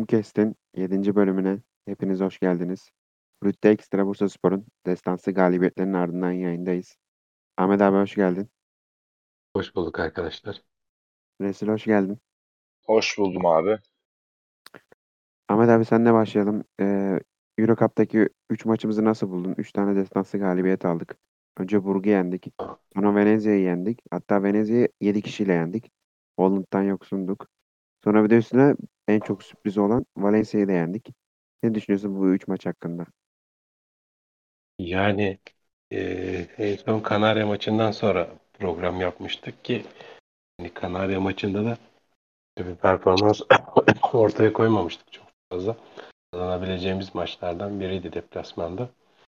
Comcast'in 7. bölümüne hepiniz hoş geldiniz. Rütte Ekstra Bursaspor'un destansı galibiyetlerinin ardından yayındayız. Ahmet abi hoş geldin. Hoş bulduk arkadaşlar. Resul hoş geldin. Hoş buldum abi. Ahmet abi senle başlayalım. Euro Cup'taki 3 maçımızı nasıl buldun? 3 tane destansı galibiyet aldık. Önce Burg'u yendik. Sonra Venezia'yı yendik. Hatta Venezia'yı 7 kişiyle yendik. Holland'dan yoksunduk. Sonra bir de üstüne en çok sürpriz olan Valencia'yı da yendik. Ne düşünüyorsun bu 3 maç hakkında? Yani en son Kanarya maçından sonra program yapmıştık ki hani Kanarya maçında da bir performans ortaya koymamıştık çok fazla. Kazanabileceğimiz maçlardan biriydi deplasmanda.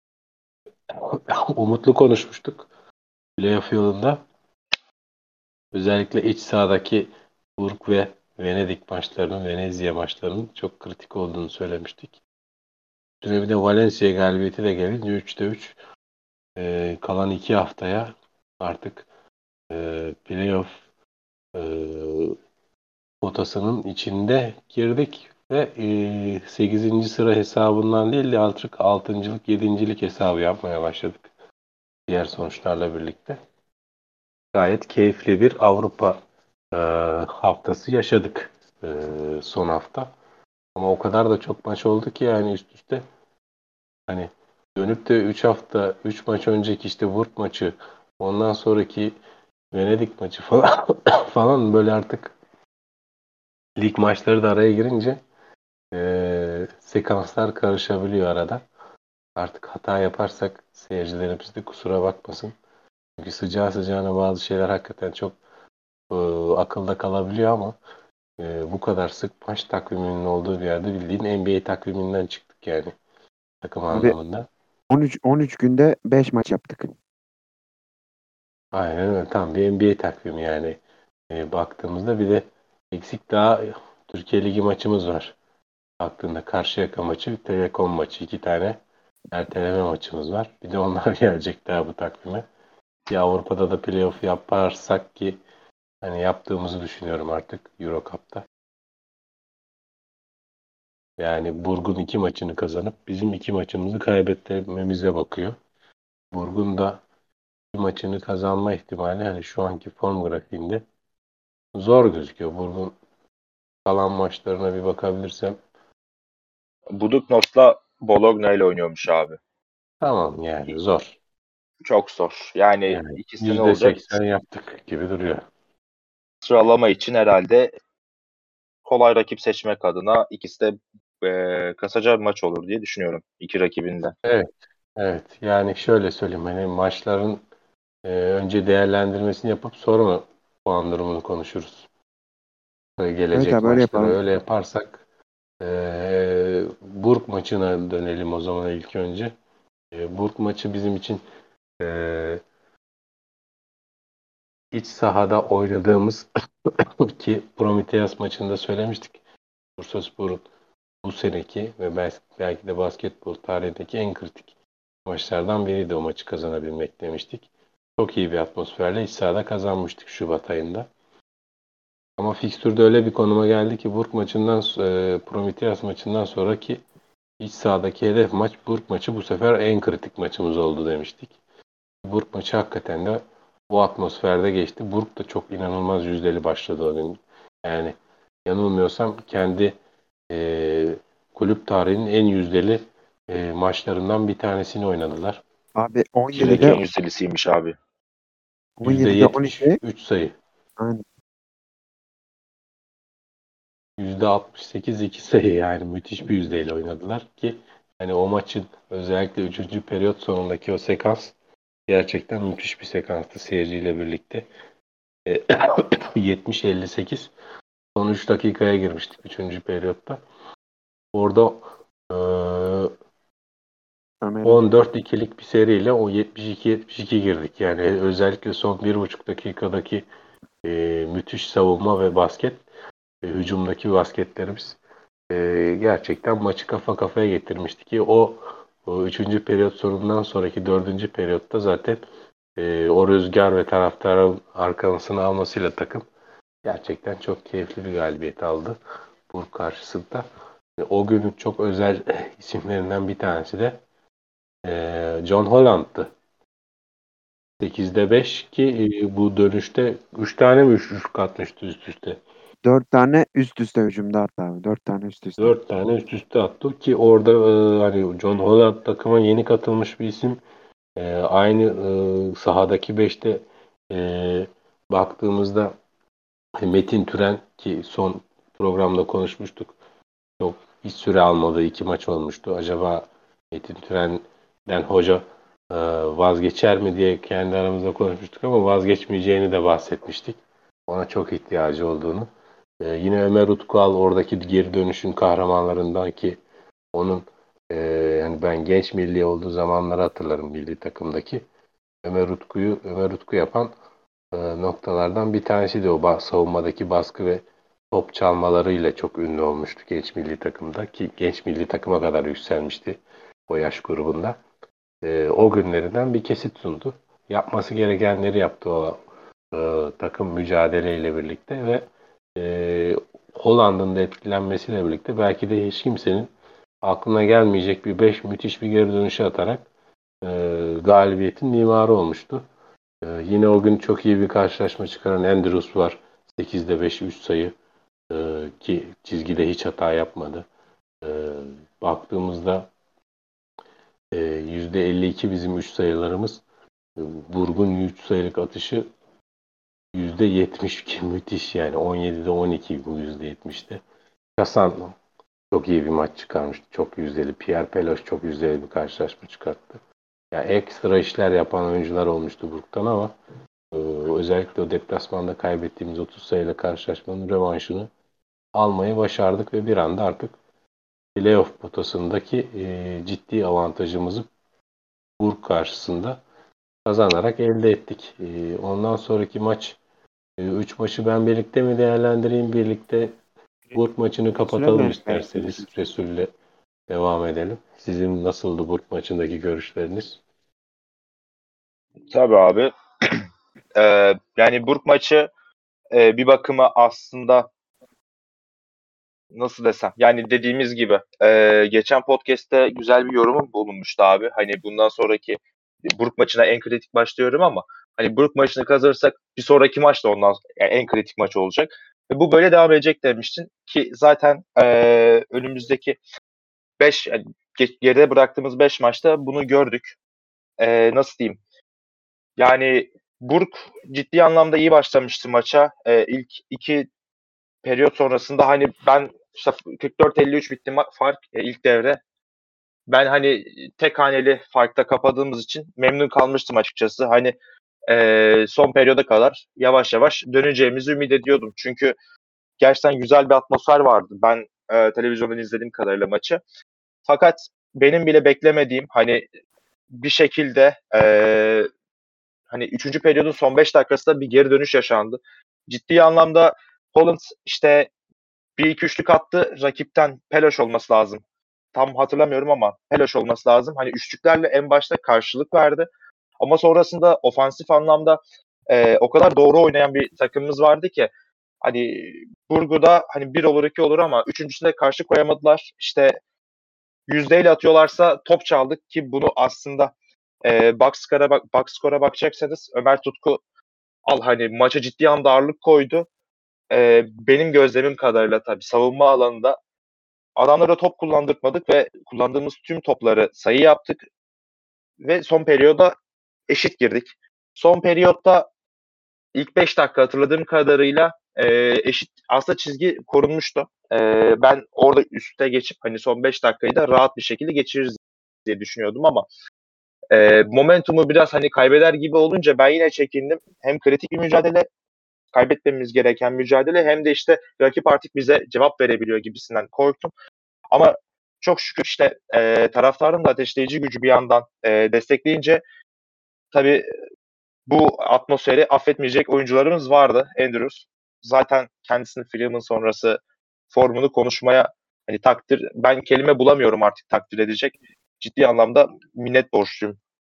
Umutlu konuşmuştuk playoff yolunda. Özellikle iç sahadaki Burg ve Venedik maçlarının, Venezia maçlarının çok kritik olduğunu söylemiştik. Üstüne bir de Valencia galibiyeti de gelince 3'te 3. Kalan 2 haftaya artık playoff e, potasının içinde girdik ve 8. sıra hesabından değil de artık 6.lık 7.lik hesabı yapmaya başladık. Diğer sonuçlarla birlikte. Gayet keyifli bir Avrupa e, haftası yaşadık son hafta. Ama o kadar da çok maç oldu ki yani üst üste. Hani dönüp de 3 hafta, 3 maç önceki işte Burg maçı, ondan sonraki Venedik maçı falan falan böyle artık lig maçları da araya girince sekanslar karışabiliyor arada. Artık hata yaparsak seyircilerimiz de kusura bakmasın. Çünkü sıcağı sıcağına bazı şeyler hakikaten çok akılda kalabiliyor ama bu kadar sık maç takviminin olduğu bir yerde bildiğin NBA takviminden çıktık yani takım Abi anlamında. 13 günde 5 maç yaptık. Aynen öyle. Tam bir NBA takvimi yani. Baktığımızda bir de eksik daha Türkiye Ligi maçımız var. Baktığında Karşıyaka maçı, Telekom maçı 2 tane erteleme maçımız var. Bir de onlar gelecek daha bu takvime. Bir Avrupa'da da playoff yaparsak ki hani yaptığımızı düşünüyorum artık Euro Cup'ta. Yani Burg'un 2 maçını kazanıp bizim 2 maçımızı kaybetmemize bakıyor. Burg'un da 2 maçını kazanma ihtimali hani şu anki form grafiğinde zor gözüküyor. Burg'un kalan maçlarına bir bakabilirsem Buduknos'la Bologna ile oynuyormuş abi. tamam yani zor. Çok zor. Yani Yani ikisi ne olacak? %80 yaptık gibi duruyor. Sıralama için herhalde kolay rakip seçmek adına ikisi de kasaca bir maç olur diye düşünüyorum. İki rakibinden. Evet, evet. Yani şöyle söyleyeyim hani maçların önce değerlendirmesini yapıp sonra mı puan durumunu konuşuruz. Evet Gelecek abi öyle maçlara yapalım. öyle yaparsak Burg maçına dönelim o zaman ilk önce. Burg maçı bizim için e, iç sahada oynadığımız ki Prometheus maçında söylemiştik. Bursaspor'un bu seneki ve belki de basketbol tarihindeki en kritik maçlardan biriydi o maçı kazanabilmek demiştik. Çok iyi bir atmosferle iç sahada kazanmıştık Şubat ayında. Ama fikstürde öyle bir konuma geldi ki Burg maçından, Prometheus maçından sonraki iç sahadaki hedef maç Burg maçı bu sefer en kritik maçımız oldu demiştik. Burg maçı hakikaten de bu atmosferde geçti. Burg da çok inanılmaz yüzdeli başladı o gün. Yani yanılmıyorsam kendi e, kulüp tarihinin en yüzdeli maçlarından bir tanesini oynadılar. Abi Ligdeki 17'de en yüzdelisiymiş abi. 17'de 12 %73 sayı. aynen. %68 2 sayı yani müthiş bir yüzdeyle oynadılar ki hani o maçın özellikle 3. periyot sonundaki o sekans gerçekten müthiş bir sekanstı seyirciyle birlikte. 70-58 son 3 dakikaya girmiştik 3. periyotta. Orada e, Ömer'in 14-2'lik bir seriyle o 72-72 girdik. Yani özellikle son 1,5 dakikadaki müthiş savunma ve basket, hücumdaki basketlerimiz gerçekten maçı kafa kafaya getirmişti ki o 3. periyot sonundan sonraki 4. periyotta zaten o rüzgar ve taraftarın arkasını almasıyla takım gerçekten çok keyifli bir galibiyet aldı Burg karşısında. O günün çok özel isimlerinden bir tanesi de John Holland'tı. 8'de 5 ki bu dönüşte 3 tane mi üçlük atmıştı üst üste? 4 tane üst üste hücumda hatta abi. 4 tane üst üste. 4 tane üst üste attı ki orada hani John Holland takıma yeni katılmış bir isim. Aynı sahadaki 5'te baktığımızda Metin Türen ki son programda konuşmuştuk. Çok hiç süre almadığı 2 maç olmuştu. Acaba Metin Türen'den hoca vazgeçer mi diye kendi aramızda konuşmuştuk ama vazgeçmeyeceğini de bahsetmiştik. Ona çok ihtiyacı olduğunu. Yine Ömer Utkual oradaki geri dönüşün kahramanlarından ki onun yani ben genç milli olduğu zamanları hatırlarım milli takımdaki. Ömer Utku yapan noktalardan bir tanesi de o savunmadaki baskı ve top çalmalarıyla çok ünlü olmuştu genç milli takımda ki genç milli takıma kadar yükselmişti o yaş grubunda. O günlerinden bir kesit sundu. Yapması gerekenleri yaptı o takım mücadeleyle birlikte ve Hollanda'nın da etkilenmesiyle birlikte belki de hiç kimsenin aklına gelmeyecek müthiş bir geri dönüşe atarak galibiyetin mimarı olmuştu. Yine o gün çok iyi bir karşılaşma çıkaran Andrews var. 8'de 5 3 sayı ki çizgide hiç hata yapmadı. Baktığımızda %52 bizim 3 sayılarımız. Burgun 3 sayılık atışı %72 müthiş yani 17'de 12 bu %70'te. Kasan çok iyi bir maç çıkarmıştı. Çok yüzdeli. Pierre Peloche çok yüzdeli bir karşılaşma çıkarttı. Yani ekstra işler yapan oyuncular olmuştu Burk'tan ama özellikle o deplasmanda kaybettiğimiz 30 sayıyla karşılaşmanın rövanşını almayı başardık ve bir anda artık playoff potasındaki ciddi avantajımızı Burk karşısında kazanarak elde ettik. Ondan sonraki maç 3 maçı ben birlikte mi değerlendireyim? Birlikte Burk maçını kapatalım Süreyle isterseniz. Resul'le devam edelim. Sizin nasıldı Burk maçındaki görüşleriniz? Tabii abi. Yani Burk maçı bir bakıma aslında nasıl desem yani dediğimiz gibi geçen podcast'te güzel bir yorumum bulunmuştu abi. Hani bundan sonraki Burk maçına en kritik maç diyorum ama hani Burk maçını kazanırsak bir sonraki maç da ondan yani en kritik maç olacak. Ve bu böyle devam edecek demiştin ki zaten önümüzdeki 5 yani geride bıraktığımız 5 maçta bunu gördük. Nasıl diyeyim? Yani Burk ciddi anlamda iyi başlamıştı maça. İlk 2 periyot sonrasında hani ben işte 44-53 bitti fark ilk devre. Ben hani tek haneli farkta kapadığımız için memnun kalmıştım açıkçası. Hani son periyoda kadar yavaş yavaş döneceğimizi ümit ediyordum. Çünkü gerçekten güzel bir atmosfer vardı. Ben televizyondan izlediğim kadarıyla maçı. Fakat benim bile beklemediğim hani bir şekilde hani 3. periyodun son 5 dakikasında bir geri dönüş yaşandı. Ciddi anlamda Holland işte bir iki üçlük attı. Rakipten Peloş olması lazım. Tam hatırlamıyorum ama Peloş olması lazım. Hani üçlüklerle en başta karşılık verdi. Ama sonrasında ofansif anlamda o kadar doğru oynayan bir takımımız vardı ki hani Burgu'da hani bir olur iki olur ama üçüncüsüne karşı koyamadılar. İşte yüzdeyle atıyorlarsa top çaldık ki bunu aslında box score'a bakacaksanız Ömer Tutku hani maça ciddi anlamda ağırlık koydu. Benim gözlemim kadarıyla tabii savunma alanında adamlara top kullandırmadık ve kullandığımız tüm topları sayı yaptık ve son periyoda eşit girdik. Son periyotta ilk 5 dakika hatırladığım kadarıyla eşit aslında çizgi korunmuştu. Ben orada üste geçip hani son 5 dakikayı da rahat bir şekilde geçiririz diye düşünüyordum ama momentumu biraz hani kaybeder gibi olunca ben yine çekindim. Hem kritik bir mücadele kaybetmemiz gereken mücadele hem de işte rakip artık bize cevap verebiliyor gibisinden korktum. Ama çok şükür işte taraftarın da ateşleyici gücü bir yandan destekleyince tabii bu atmosferi affetmeyecek oyuncularımız vardı. Andrews zaten kendisinin Freeman sonrası formunu konuşmaya hani ben kelime bulamıyorum artık takdir edecek. Ciddi anlamda minnet borçluyum.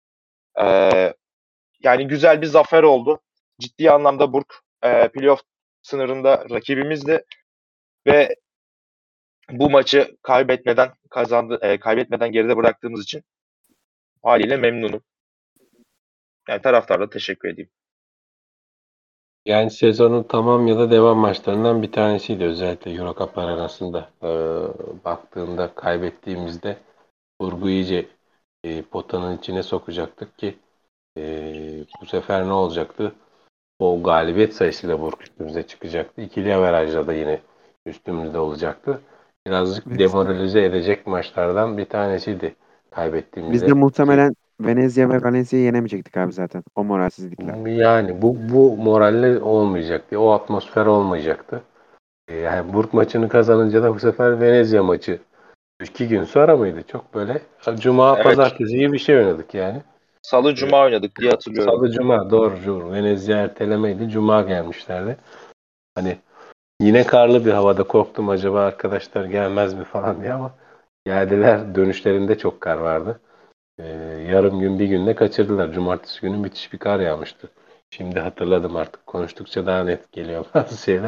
Yani güzel bir zafer oldu. Ciddi anlamda Burk playoff sınırında rakibimizdi ve bu maçı kaybetmeden geride bıraktığımız için haliyle memnunum. Yani taraftarla teşekkür edeyim. Yani sezonun tamam ya da devam maçlarından bir tanesiydi özellikle Euro Cup arasında. Baktığında kaybettiğimizde vurgu iyice potanın içine sokacaktık ki bu sefer ne olacaktı? O galibiyet sayısıyla vurgu üstümüze çıkacaktı. İkili averajla da yine üstümüzde olacaktı. Birazcık Biz, demoralize edecek maçlardan bir tanesiydi biz de kaybettiğimizde ki muhtemelen Venezia ve Valencia'yı yenemeyecektik abi zaten. O moralsizlikle. yani bu moralle olmayacaktı. O atmosfer olmayacaktı. Yani Burg maçını kazanınca da bu sefer Venezia maçı 2 gün sonra mıydı? Çok böyle Cuma Evet. pazartesi gibi bir şey oynadık yani. Salı Ee, Cuma oynadık diye hatırlıyorum. Salı Cuma doğru. Venezia ertelemeydi. Cuma gelmişlerdi. Hani yine karlı bir havada korktum acaba arkadaşlar gelmez mi falan diye ama geldiler. Dönüşlerinde çok kar vardı. Ee, Yarım gün bir günde kaçırdılar. Cumartesi günü müthiş bir kar yağmıştı. Şimdi hatırladım artık. Konuştukça daha net geliyor bazı şeyler.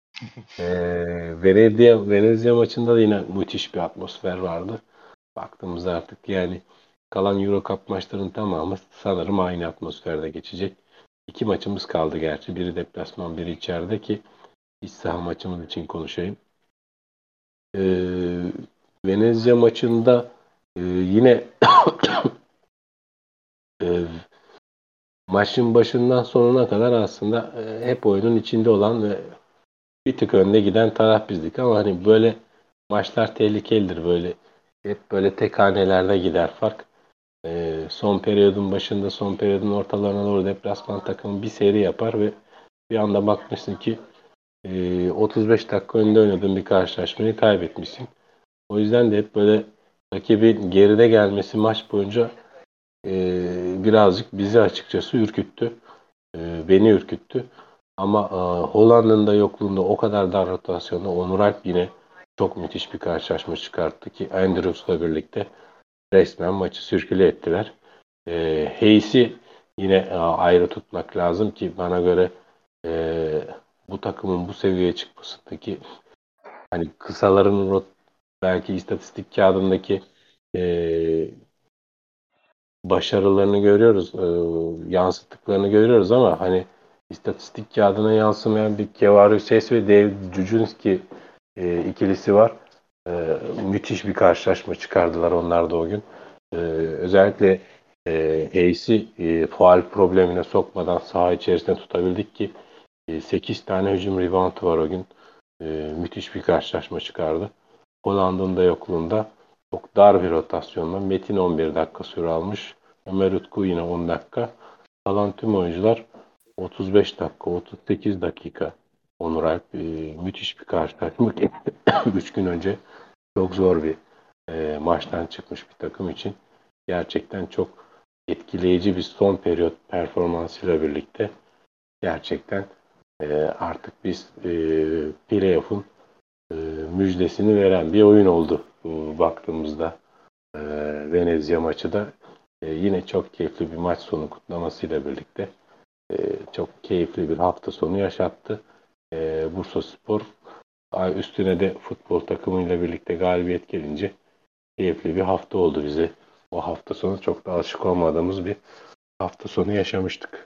Venezia maçında da yine müthiş bir atmosfer vardı. Baktığımızda artık yani kalan Euro Cup maçlarının tamamı sanırım aynı atmosferde geçecek. 2 maçımız kaldı gerçi. Biri deplasman, biri içeride ki iç saha maçımız için konuşayım. Ee, Venezia maçında yine e, maçın başından sonuna kadar aslında hep oyunun içinde olan ve bir tık önde giden taraf bizdik ama hani böyle maçlar tehlikelidir böyle. Hep böyle tek hanelerde gider fark. Son periyodun başında, son periyodun ortalarına doğru deplasman takımı bir seri yapar ve bir anda bakmışsın ki 35 dakika önde oynadığın bir karşılaşmayı kaybetmişsin. O yüzden de hep böyle rakibin geride gelmesi maç boyunca birazcık bizi açıkçası ürküttü. Beni ürküttü. Ama Hollanda'nın da yokluğunda o kadar dar rotasyonda Onur Alp yine çok müthiş bir karşılaşma çıkarttı ki Andrews'la birlikte resmen maçı sirküle ettiler. Hayes'i yine ayrı tutmak lazım ki bana göre e, bu takımın bu seviyeye çıkmasındaki hani kısaların belki istatistik kağıdındaki e, başarılarını görüyoruz, yansıttıklarını görüyoruz ama hani istatistik kağıdına yansımayan bir Kevaru ve David Jucunski ikilisi var. Müthiş bir karşılaşma çıkardılar onlar da o gün. Özellikle Hayes'i faul problemine sokmadan saha içerisinde tutabildik ki 8 tane hücum reboundu var o gün. Müthiş bir karşılaşma çıkardı. Hollanda'nın da yokluğunda çok dar bir rotasyonla Metin 11 dakika süre almış. Ömer Utku yine 10 dakika. Kalan tüm oyuncular 35 dakika, 38 dakika. Onur Alp müthiş bir karşılaşma. 3 gün önce çok zor bir maçtan çıkmış bir takım için. Gerçekten çok etkileyici bir son periyot performansıyla birlikte gerçekten artık biz playoff'un müjdesini veren bir oyun oldu baktığımızda. Venezia maçı da yine çok keyifli bir maç sonu kutlamasıyla birlikte çok keyifli bir hafta sonu yaşattı. Bursaspor üstüne de futbol takımıyla birlikte galibiyet gelince keyifli bir hafta oldu bize. O hafta sonu çok da alışık olmadığımız bir hafta sonu yaşamıştık.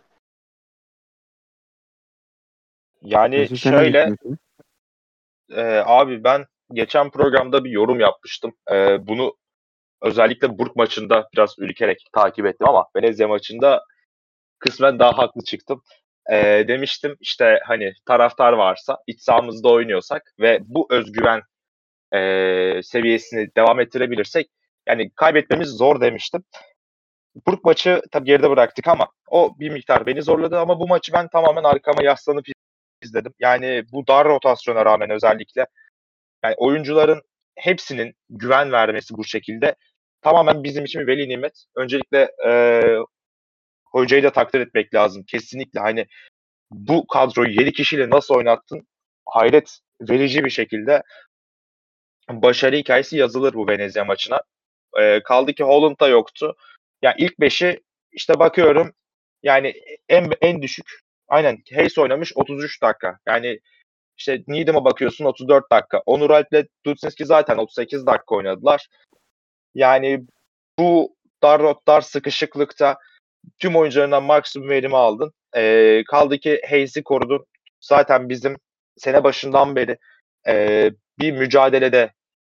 Yani Mesut sen ne şöyle düşünüyorsun? abi ben geçen programda bir yorum yapmıştım. Bunu özellikle Burg maçında biraz ürkerek takip ettim ama Venezia maçında kısmen daha haklı çıktım. Demiştim işte hani taraftar varsa iç sahamızda oynuyorsak ve bu özgüven seviyesini devam ettirebilirsek yani kaybetmemiz zor demiştim. Burg maçı tabii geride bıraktık ama o bir miktar beni zorladı ama bu maçı ben tamamen arkama yaslanıp izledim. Yani bu dar rotasyona rağmen özellikle yani oyuncuların hepsinin güven vermesi bu şekilde tamamen bizim için bir veli nimet. Öncelikle hocayı da takdir etmek lazım. Kesinlikle hani bu kadroyu 7 kişiyle nasıl oynattın? Hayret verici bir şekilde başarı hikayesi yazılır bu Venezia maçına. Kaldı ki Holland da yoktu. Yani ilk beşi işte bakıyorum yani en düşük aynen Hayes oynamış 33 dakika. Yani İşte Needham'a bakıyorsun 34 dakika. Onur Alp'le Dudzinski zaten 38 dakika oynadılar. Yani bu dar sıkışıklıkta tüm oyuncularından maksimum verimi aldın. Kaldı ki Hayes'i korudun. Zaten bizim sene başından beri bir mücadelede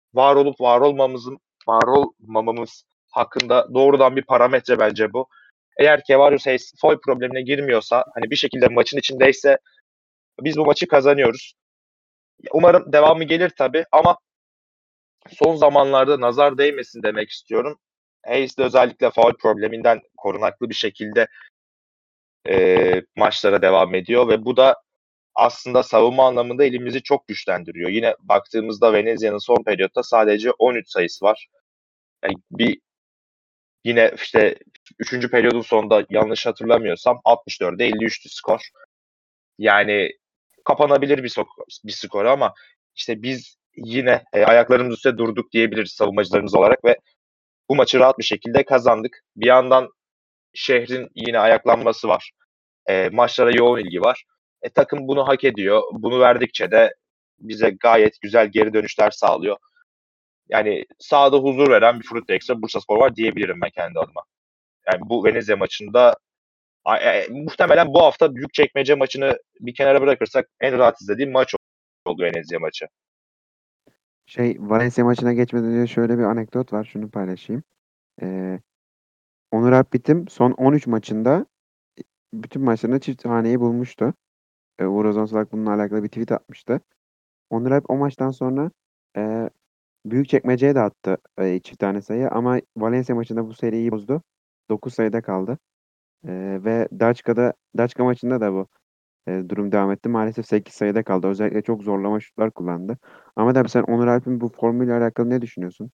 var olmamamız hakkında doğrudan bir parametre bence bu. Eğer Kevarius Hayes foul problemine girmiyorsa, hani bir şekilde maçın içindeyse biz bu maçı kazanıyoruz. Umarım devamı gelir tabii ama son zamanlarda nazar değmesin demek istiyorum. Hayes de özellikle foul probleminden korunaklı bir şekilde maçlara devam ediyor ve bu da aslında savunma anlamında elimizi çok güçlendiriyor. Yine baktığımızda Venezia'nın son periyotta sadece 13 sayısı var. Yani yine işte 3. periyodun sonunda yanlış hatırlamıyorsam 64'e 53'tü skor. Yani kapanabilir bir skor ama işte biz yine ayaklarımız üstüne durduk diyebiliriz savunmacılarımız olarak ve bu maçı rahat bir şekilde kazandık. Bir yandan şehrin yine ayaklanması var. Maçlara yoğun ilgi var. Takım bunu hak ediyor. Bunu verdikçe de bize gayet güzel geri dönüşler sağlıyor. Yani sahada huzur veren bir Fruitex'e Bursaspor var diyebilirim ben kendi adıma. Yani bu Venezia maçında muhtemelen bu hafta Büyükçekmece maçını bir kenara bırakırsak en rahat izlediğim maç oldu Venezia maçı. Valencia maçına geçmeden önce şöyle bir anekdot var. Şunu paylaşayım. Ee, Onur Akbitim son 13 maçında bütün maçlarında çift haneyi bulmuştu. Uğur Ozansalak bununla alakalı bir tweet atmıştı. Onur Alp o maçtan sonra e, Büyükçekmece'ye de attı çift tane sayı ama Valencia maçında bu seriyi bozdu. 9 sayıda kaldı. Ve Daçka maçında da bu durum devam etti. Maalesef 8 sayıda kaldı. Özellikle çok zorlama şutlar kullandı. Ahmet abi sen Onur Alp'in bu formuyla alakalı ne düşünüyorsun?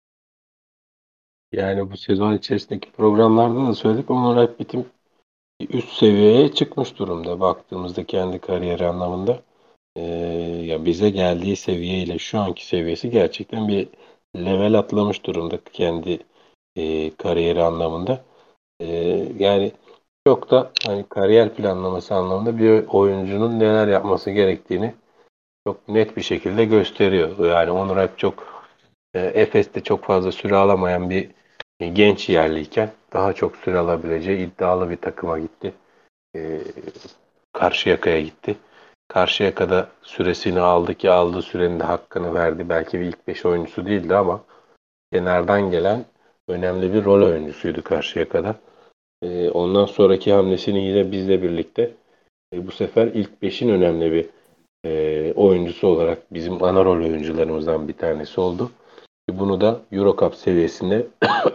Yani bu sezon içerisindeki programlarda da söyledik. Onur Akbit'in üst seviyeye çıkmış durumda baktığımızda kendi kariyeri anlamında. Ee, Ya bize geldiği seviyeyle şu anki seviyesi gerçekten bir level atlamış durumda kendi kariyeri anlamında. Yani çok da hani kariyer planlaması anlamında bir oyuncunun neler yapması gerektiğini çok net bir şekilde gösteriyor. Yani Onur hep çok Efes'te çok fazla süre alamayan bir genç yerliyken daha çok süre alabileceği iddialı bir takıma gitti. E, Karşıyaka'ya gitti. Karşıyaka'da süresini aldı ki aldığı sürenin de hakkını verdi. Belki bir ilk 5 oyuncusu değildi ama kenardan gelen önemli bir rol oyuncusuydu Karşıyaka'da. Ondan sonraki hamlesini yine bizle birlikte bu sefer ilk 5'in önemli bir oyuncusu olarak bizim ana rol oyuncularımızdan bir tanesi oldu. Bunu da Euro Cup seviyesinde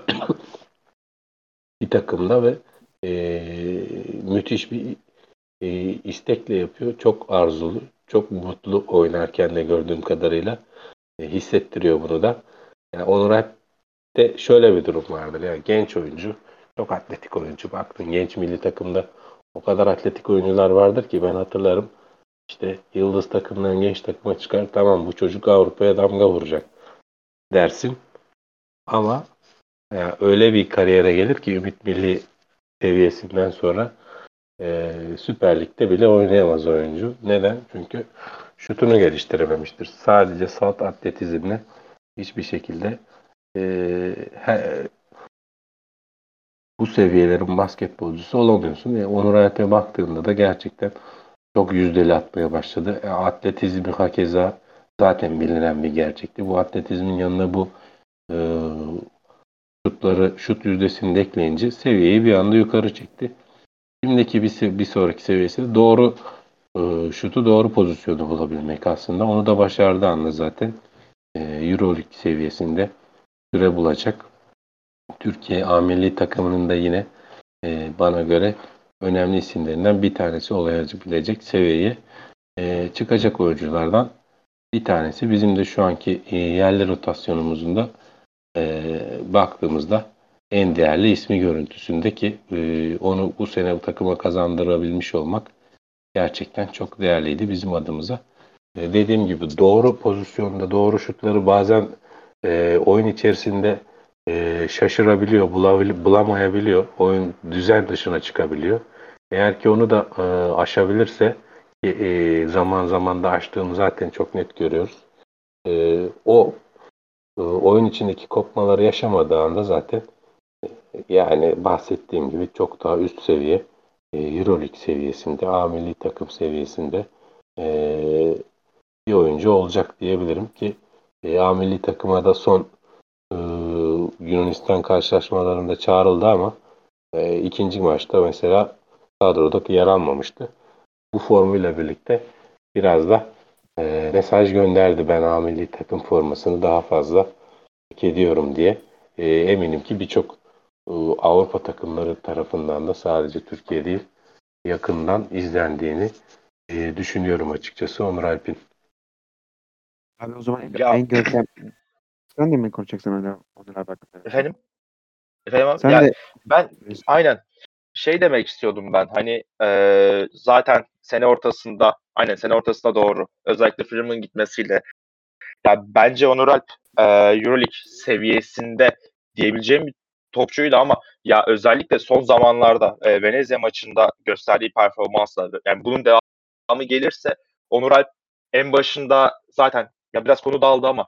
bir takımda ve müthiş bir istekle yapıyor. Çok arzulu, çok mutlu oynarken de gördüğüm kadarıyla hissettiriyor bunu da. Yani Onur Alp'te şöyle bir durum vardır. Yani genç oyuncu, çok atletik oyuncu. Baktın genç milli takımda o kadar atletik oyuncular vardır ki ben hatırlarım. İşte yıldız takımdan genç takıma çıkar. Tamam bu çocuk Avrupa'ya damga vuracak dersin. Ama öyle bir kariyere gelir ki Ümit Milli seviyesinden sonra Süper Lig'de bile oynayamaz oyuncu. Neden? Çünkü şutunu geliştirememiştir. Sadece salt atletizmle hiçbir şekilde bu seviyelerin basketbolcusu olamıyorsun. Onur Alp'e baktığında da gerçekten çok yüzdeli atmaya başladı. Atletizmi hakeza zaten bilinen bir gerçekti. Bu atletizmin yanına bu e, şut yüzdesini de ekleyince seviyeyi bir anda yukarı çekti. Şimdiki bir sonraki seviyesi de doğru şutu doğru pozisyonu bulabilmek aslında. Onu da başardığı anda zaten Euroleague seviyesinde süre bulacak. Türkiye A milli takımının da yine bana göre önemli isimlerinden bir tanesi olabilecek seviyeye çıkacak oyunculardan bir tanesi. Bizim de şu anki yerli rotasyonumuzun da baktığımızda en değerli ismi görüntüsündeki onu bu sene bu takıma kazandırabilmiş olmak gerçekten çok değerliydi bizim adımıza. Dediğim gibi doğru pozisyonda doğru şutları bazen oyun içerisinde şaşırabiliyor, bulamayabiliyor. Oyun düzen dışına çıkabiliyor. Eğer ki onu da aşabilirse Zaman zaman da açtığını zaten çok net görüyoruz. O oyun içindeki kopmaları yaşamadığı anda zaten yani bahsettiğim gibi çok daha üst seviye EuroLeague seviyesinde, A milli takım seviyesinde e, bir oyuncu olacak diyebilirim ki A milli takıma da son e, Yunanistan karşılaşmalarında çağrıldı ama ikinci maçta mesela kadroda yer almamıştı. Bu formuyla birlikte biraz da mesaj gönderdi, ben A milli takım formasını daha fazla hak ediyorum diye. Eminim ki birçok Avrupa takımları tarafından da sadece Türkiye değil yakından izlendiğini düşünüyorum açıkçası Onur Alp'in. Abi o zaman Ya en görkem... Sen de mi konuşacaksın öyle Onur abi hakkında bir şey? efendim, efendim abi. Sen Ya de ben aynen şey demek istiyordum ben. Hani zaten sene ortasında doğru. Özellikle Freeman gitmesiyle. Ya bence Onur Alp EuroLeague seviyesinde diyebileceğim bir topçuydu ama ya özellikle son zamanlarda Venezia maçında gösterdiği performansla yani bunun devamı gelirse Onur Alp en başında zaten ya biraz konu dağıldı ama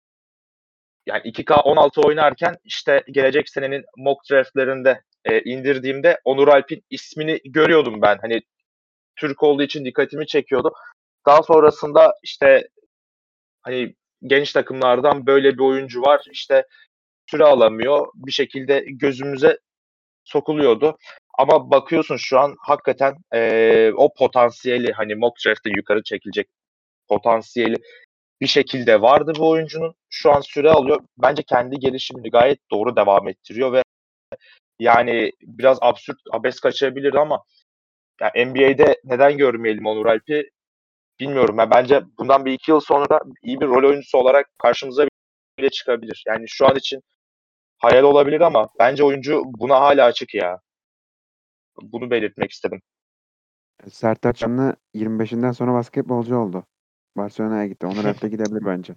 yani 2K16 oynarken işte gelecek senenin mock draftlerinde indirdiğimde Onur Alp'in ismini görüyordum ben. Hani Türk olduğu için dikkatimi çekiyordu. Daha sonrasında işte hani genç takımlardan böyle bir oyuncu var. İşte süre alamıyor. Bir şekilde gözümüze sokuluyordu. Ama bakıyorsun şu an hakikaten o potansiyeli hani mock draft'te yukarı çekilecek potansiyeli bir şekilde vardı bu oyuncunun. Şu an süre alıyor. Bence kendi gelişimini gayet doğru devam ettiriyor ve yani biraz absürt, abes kaçabilir ama yani NBA'de neden görmeyelim Onur Alp'i bilmiyorum. Ben bence bundan bir iki yıl sonra iyi bir rol oyuncusu olarak karşımıza bile çıkabilir. Yani şu an için hayal olabilir ama bence oyuncu buna hala açık ya. Bunu belirtmek istedim. Sertaç Şanlı 25'inden sonra basketbolcu oldu. Barcelona'ya gitti. Onur Alp de gidebilir bence.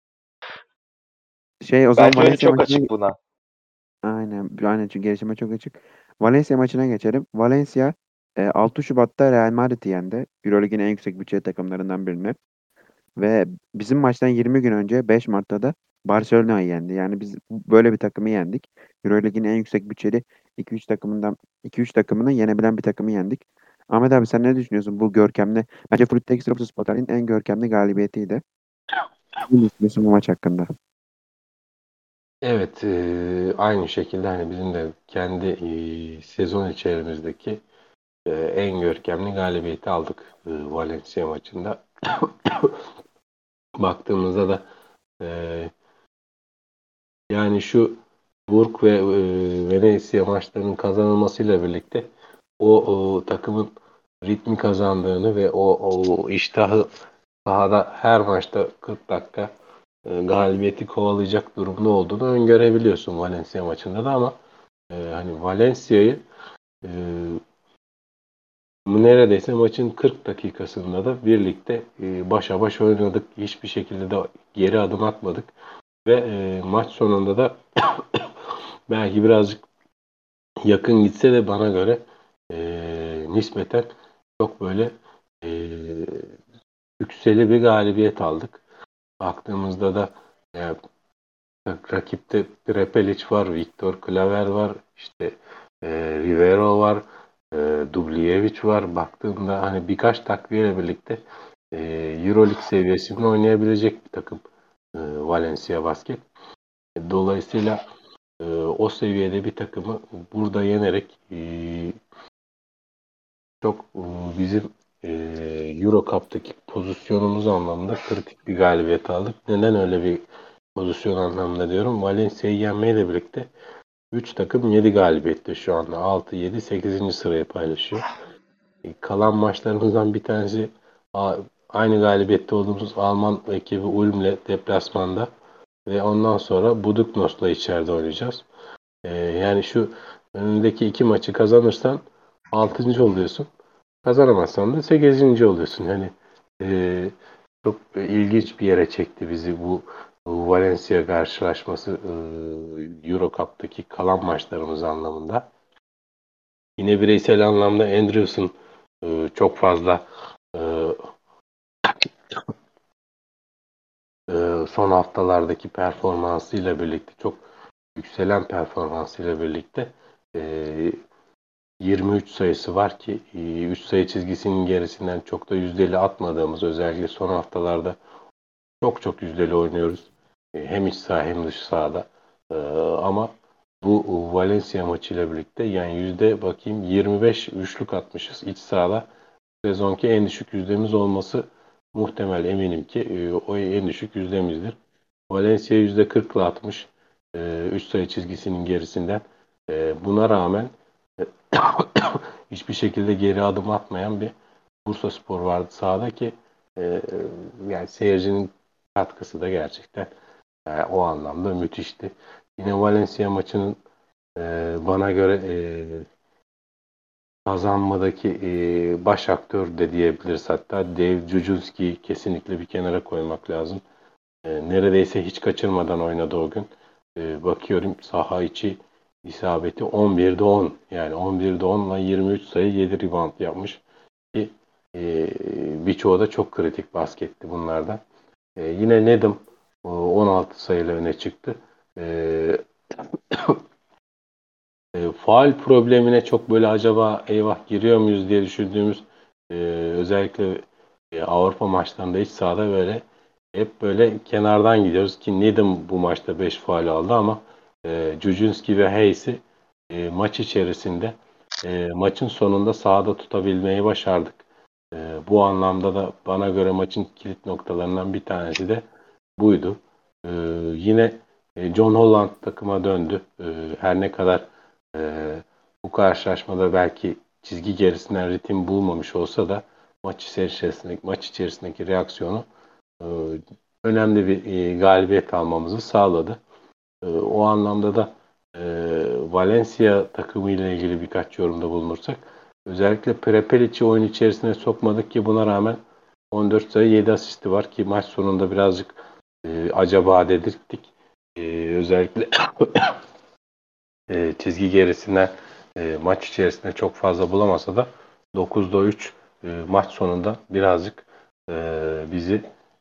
O zaman Bence önü Valencia çok maçına açık buna. aynen çünkü gelişime çok açık. Valencia maçına geçelim. Valencia 6 Şubat'ta Real Madrid'i yendi. Euroleague'in en yüksek bütçeli takımlarından birini. Ve bizim maçtan 20 gün önce 5 Mart'ta da Barcelona'yı yendi. Yani biz böyle bir takımı yendik. Euroleague'in en yüksek bütçeli 2-3 takımını yenebilen bir takımı yendik. Ahmet abi sen ne düşünüyorsun bu görkemli? Bence Fluminense Trabzonspor tarihinin en görkemli galibiyetiydi. Ne düşünüyorsun bu maç hakkında? Evet, aynı şekilde hani bizim de kendi sezon içerimizdeki en görkemli galibiyeti aldık Valencia maçında. Baktığımızda da e, yani şu Burg ve Venezia maçlarının kazanılmasıyla birlikte o takımın ritmi kazandığını ve o iştahı sahada her maçta 40 dakika galibiyeti kovalayacak durumda olduğunu öngörebiliyorsun Valencia maçında da ama hani Valencia'yı e, neredeyse maçın 40 dakikasında da birlikte başa baş oynadık. Hiçbir şekilde de geri adım atmadık ve maç sonunda da belki birazcık yakın gitse de bana göre nispeten çok böyle e, yükseli bir galibiyet aldık. Baktığımızda da e, rakipte Prepelic var, Viktor Klaver var, işte Rivero var, Dubljevic var. Baktığımda hani birkaç takviyeyle birlikte e, Euroleague seviyesinde oynayabilecek bir takım Valencia Basket. Dolayısıyla o seviyede bir takımı burada yenerek çok bizim Euro Cup'taki pozisyonumuz anlamında kritik bir galibiyet aldık. Neden öyle bir pozisyon anlamında diyorum? Valencia'yı yenmeyle birlikte 3 takım 7 galibiyette şu anda. 6, 7, 8. sırayı paylaşıyor. Kalan maçlarımızdan bir tanesi aynı galibiyette olduğumuz Alman ekibi Ulm'le deplasmanda ve ondan sonra Buduknos'la içeride oynayacağız. Yani şu önündeki iki maçı kazanırsan 6. oluyorsun. Kazanamazsan da 8. oluyorsun. Yani e, çok ilginç bir yere çekti bizi bu Valencia karşılaşması Euro Cup'taki kalan maçlarımız anlamında. Yine bireysel anlamda Andrews'un çok fazla e, son haftalardaki performansıyla birlikte, çok yükselen performansıyla birlikte 23 sayısı var ki 3 sayı çizgisinin gerisinden çok da yüzdeli atmadığımız, özellikle son haftalarda çok yüzdeli oynuyoruz. Hem iç saha hem dış sahada. Ama bu Valencia maçıyla birlikte yani yüzde bakayım 25 üçlük atmışız iç sahada. Sezonki en düşük yüzdemiz olması muhtemel, eminim ki o en düşük yüzdemizdir. Valencia %40'la atmış 3 sayı çizgisinin gerisinden. Buna rağmen hiçbir şekilde geri adım atmayan bir Bursaspor vardı sahada ki yani seyircinin katkısı da gerçekten o anlamda müthişti. Yine Valencia maçının bana göre kazanmadaki baş aktör de diyebiliriz. Hatta Dave Jujunski'yi kesinlikle bir kenara koymak lazım. Neredeyse hiç kaçırmadan oynadı o gün. Bakıyorum saha içi isabeti 11'de 10. Yani 11'de 10'la 23 sayı 7 rebound yapmış. Ki birçoğu da çok kritik basketti bunlardan. Yine Nedim 16 sayıyla öne çıktı. Faul problemine çok böyle acaba eyvah giriyor muyuz diye düşündüğümüz özellikle Avrupa maçlarında iç sahada böyle hep böyle kenardan gidiyoruz ki Nedim bu maçta 5 faul aldı ama Cujinski ve Hayes'i maç içerisinde maçın sonunda sahada tutabilmeyi başardık. Bu anlamda da bana göre maçın kilit noktalarından bir tanesi de buydu. Yine John Holland takıma döndü. Her ne kadar bu karşılaşmada belki çizgi gerisinden ritim bulmamış olsa da maç içerisindeki reaksiyonu e, önemli bir galibiyet almamızı sağladı. O anlamda da Valencia takımı ile ilgili birkaç yorumda bulunursak, özellikle Prepelic'i oyun içerisine sokmadık ki buna rağmen 14 sayı 7 asisti var ki maç sonunda birazcık acaba dedirttik. Özellikle çizgi gerisinden maç içerisinde çok fazla bulamasa da 9'da 3 maç sonunda birazcık bizi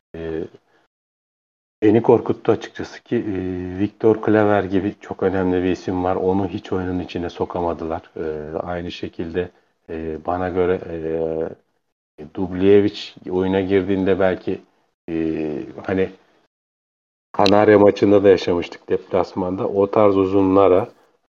beni korkuttu açıkçası ki Victor Claver gibi çok önemli bir isim var. Onu hiç oyunun içine sokamadılar. Aynı şekilde bana göre Dubljevic oyuna girdiğinde belki hani Kanarya maçında da yaşamıştık deplasmanda. O tarz uzunlara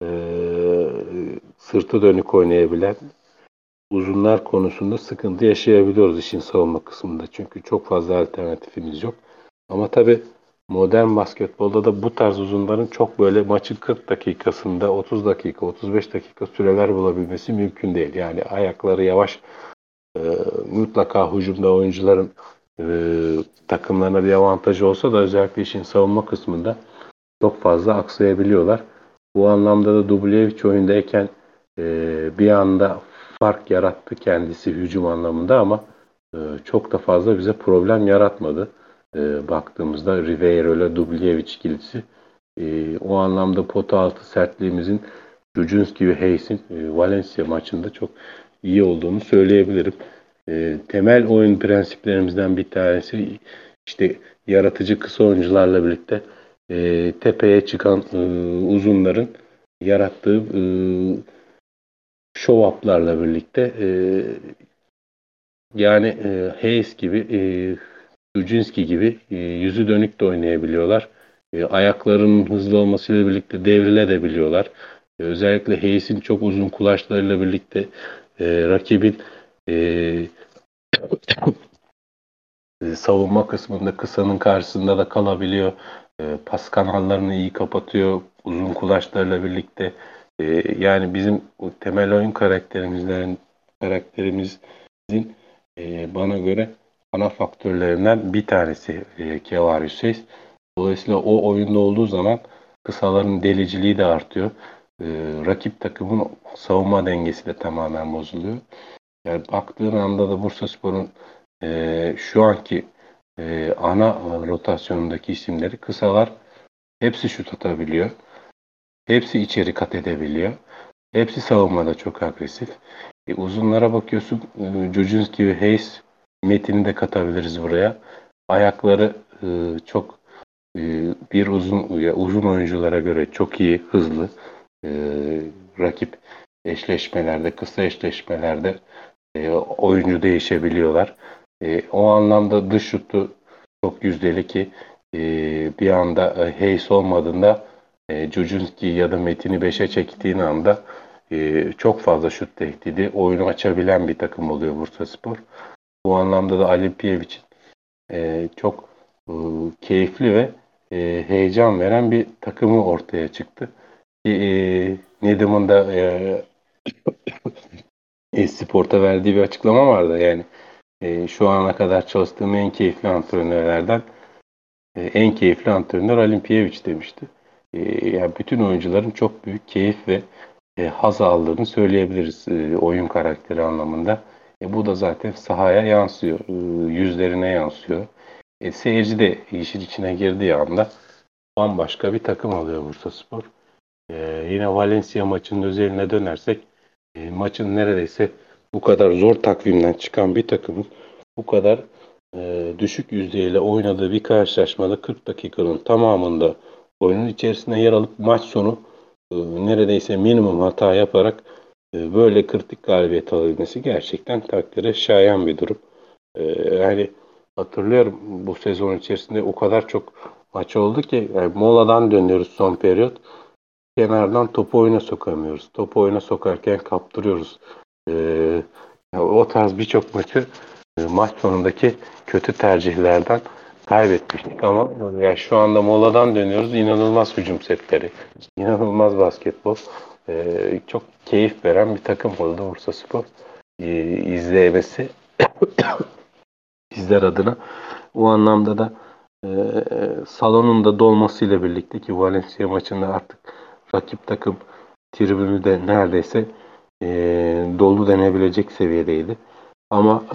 sırtı dönük oynayabilen uzunlar konusunda sıkıntı yaşayabiliyoruz işin savunma kısmında. Çünkü çok fazla alternatifimiz yok. Ama tabii modern basketbolda da bu tarz uzunların çok böyle maçın 40 dakikasında 30 dakika, 35 dakika süreler bulabilmesi mümkün değil. Yani ayakları yavaş, mutlaka hücumda oyuncuların takımlarına bir avantajı olsa da özellikle işin savunma kısmında çok fazla aksayabiliyorlar. Bu anlamda da Dubljevic oyundayken bir anda fark yarattı kendisi hücum anlamında ama çok da fazla bize problem yaratmadı. Baktığımızda Ribeiro ile Dubljevic ikilisi o anlamda pota altı sertliğimizin Cujinski ve Hayes'in Valencia maçında çok iyi olduğunu söyleyebilirim. Temel oyun prensiplerimizden bir tanesi işte yaratıcı kısa oyuncularla birlikte tepeye çıkan uzunların yarattığı show-up'larla birlikte yani Hayes gibi, Ujinski gibi yüzü dönük de oynayabiliyorlar. Ayaklarının hızlı olmasıyla birlikte devrilebiliyorlar. Özellikle Hayes'in çok uzun kulaçlarıyla birlikte rakibin savunma kısmında kısanın karşısında da kalabiliyor. Pas kanallarını iyi kapatıyor uzun kulaçlarıyla birlikte. Yani bizim temel oyun karakterimizin bana göre ana faktörlerinden bir tanesi Kevarius Hayes. Dolayısıyla o oyunda olduğu zaman kısaların deliciliği de artıyor. Rakip takımın savunma dengesi de tamamen bozuluyor. Yani baktığın anda da Bursaspor'un şu anki ana rotasyonundaki isimleri kısalar hepsi şut atabiliyor. Hepsi içeri kat edebiliyor. Hepsi savunmada çok agresif. Uzunlara bakıyorsun. Cujinski ve Hayes Metin'i de katabiliriz buraya. Ayakları çok uzun oyunculara göre çok iyi, hızlı. E, Rakip eşleşmelerde, kısa eşleşmelerde oyuncu değişebiliyorlar. O anlamda dış şutu çok yüzdeli ki e, bir anda Hayes olmadığında Cujunski ya da Metin'i 5'e çektiğin anda çok fazla şut tehdidi, oyunu açabilen bir takım oluyor Bursaspor. Bu anlamda da Alimpiyeviç'in çok keyifli ve heyecan veren bir takımı ortaya çıktı. Nedim'in de Esport'a verdiği bir açıklama vardı. Yani şu ana kadar çalıştığım en keyifli antrenörlerden en keyifli antrenör Alimpiyeviç demişti. Yani bütün oyuncuların çok büyük keyif ve haz aldığını söyleyebiliriz oyun karakteri anlamında. Bu da zaten sahaya yansıyor, yüzlerine yansıyor. Seyirci de işin içine girdiği anda bambaşka bir takım alıyor Bursaspor. Yine Valencia maçının özeline dönersek maçın neredeyse bu kadar zor takvimden çıkan bir takımın bu kadar düşük yüzdeyle oynadığı bir karşılaşmada 40 dakikanın tamamında oyunun içerisinde yer alıp maç sonu neredeyse minimum hata yaparak böyle kritik galibiyet alabilmesi gerçekten takdire şayan bir durum. Yani hatırlıyorum bu sezon içerisinde o kadar çok maç oldu ki yani moladan dönüyoruz son periyot. Kenardan topu oyuna sokamıyoruz. Topu oyuna sokarken kaptırıyoruz. Ee, O tarz birçok maçı maç sonundaki kötü tercihlerden kaybetmiştik ama yani şu anda moladan dönüyoruz. İnanılmaz hücum setleri, inanılmaz basketbol. Çok keyif veren bir takım oldu Bursaspor. İzlemesi bizler adına. O anlamda da salonun da dolmasıyla birlikte ki Valencia maçında artık rakip takım tribünü de neredeyse e, dolu denebilecek seviyedeydi. Ama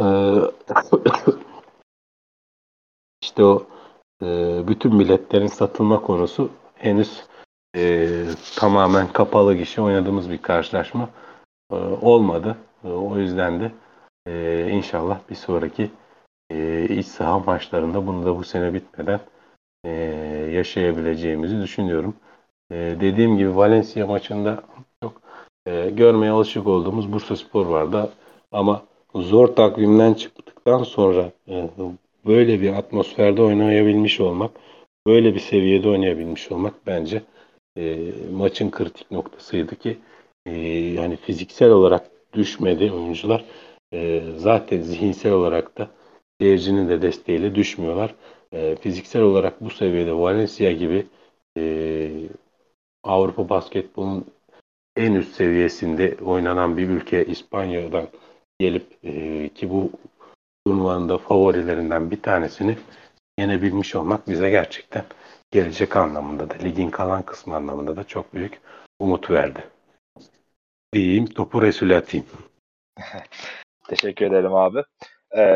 işte o bütün biletlerin satılma konusu henüz tamamen kapalı gişe oynadığımız bir karşılaşma olmadı. O yüzden de inşallah bir sonraki iç saha maçlarında bunu da bu sene bitmeden e, yaşayabileceğimizi düşünüyorum. Dediğim gibi Valencia maçında çok görmeye alışık olduğumuz Bursaspor vardı ama zor takvimden çıktıktan sonra böyle bir atmosferde oynayabilmiş olmak, böyle bir seviyede oynayabilmiş olmak bence maçın kritik noktasıydı ki yani fiziksel olarak düşmedi oyuncular. Zaten zihinsel olarak da seyircinin de desteğiyle düşmüyorlar. Fiziksel olarak bu seviyede Valencia gibi e, Avrupa basketbolunun en üst seviyesinde oynanan bir ülke İspanya'dan gelip ki bu turnuvanın da favorilerinden bir tanesini yenebilmiş olmak bize gerçekten gelecek anlamında da ligin kalan kısmı anlamında da çok büyük umut verdi. Diyeyim topu Resul'e atayım. Teşekkür ederim abi. Ee,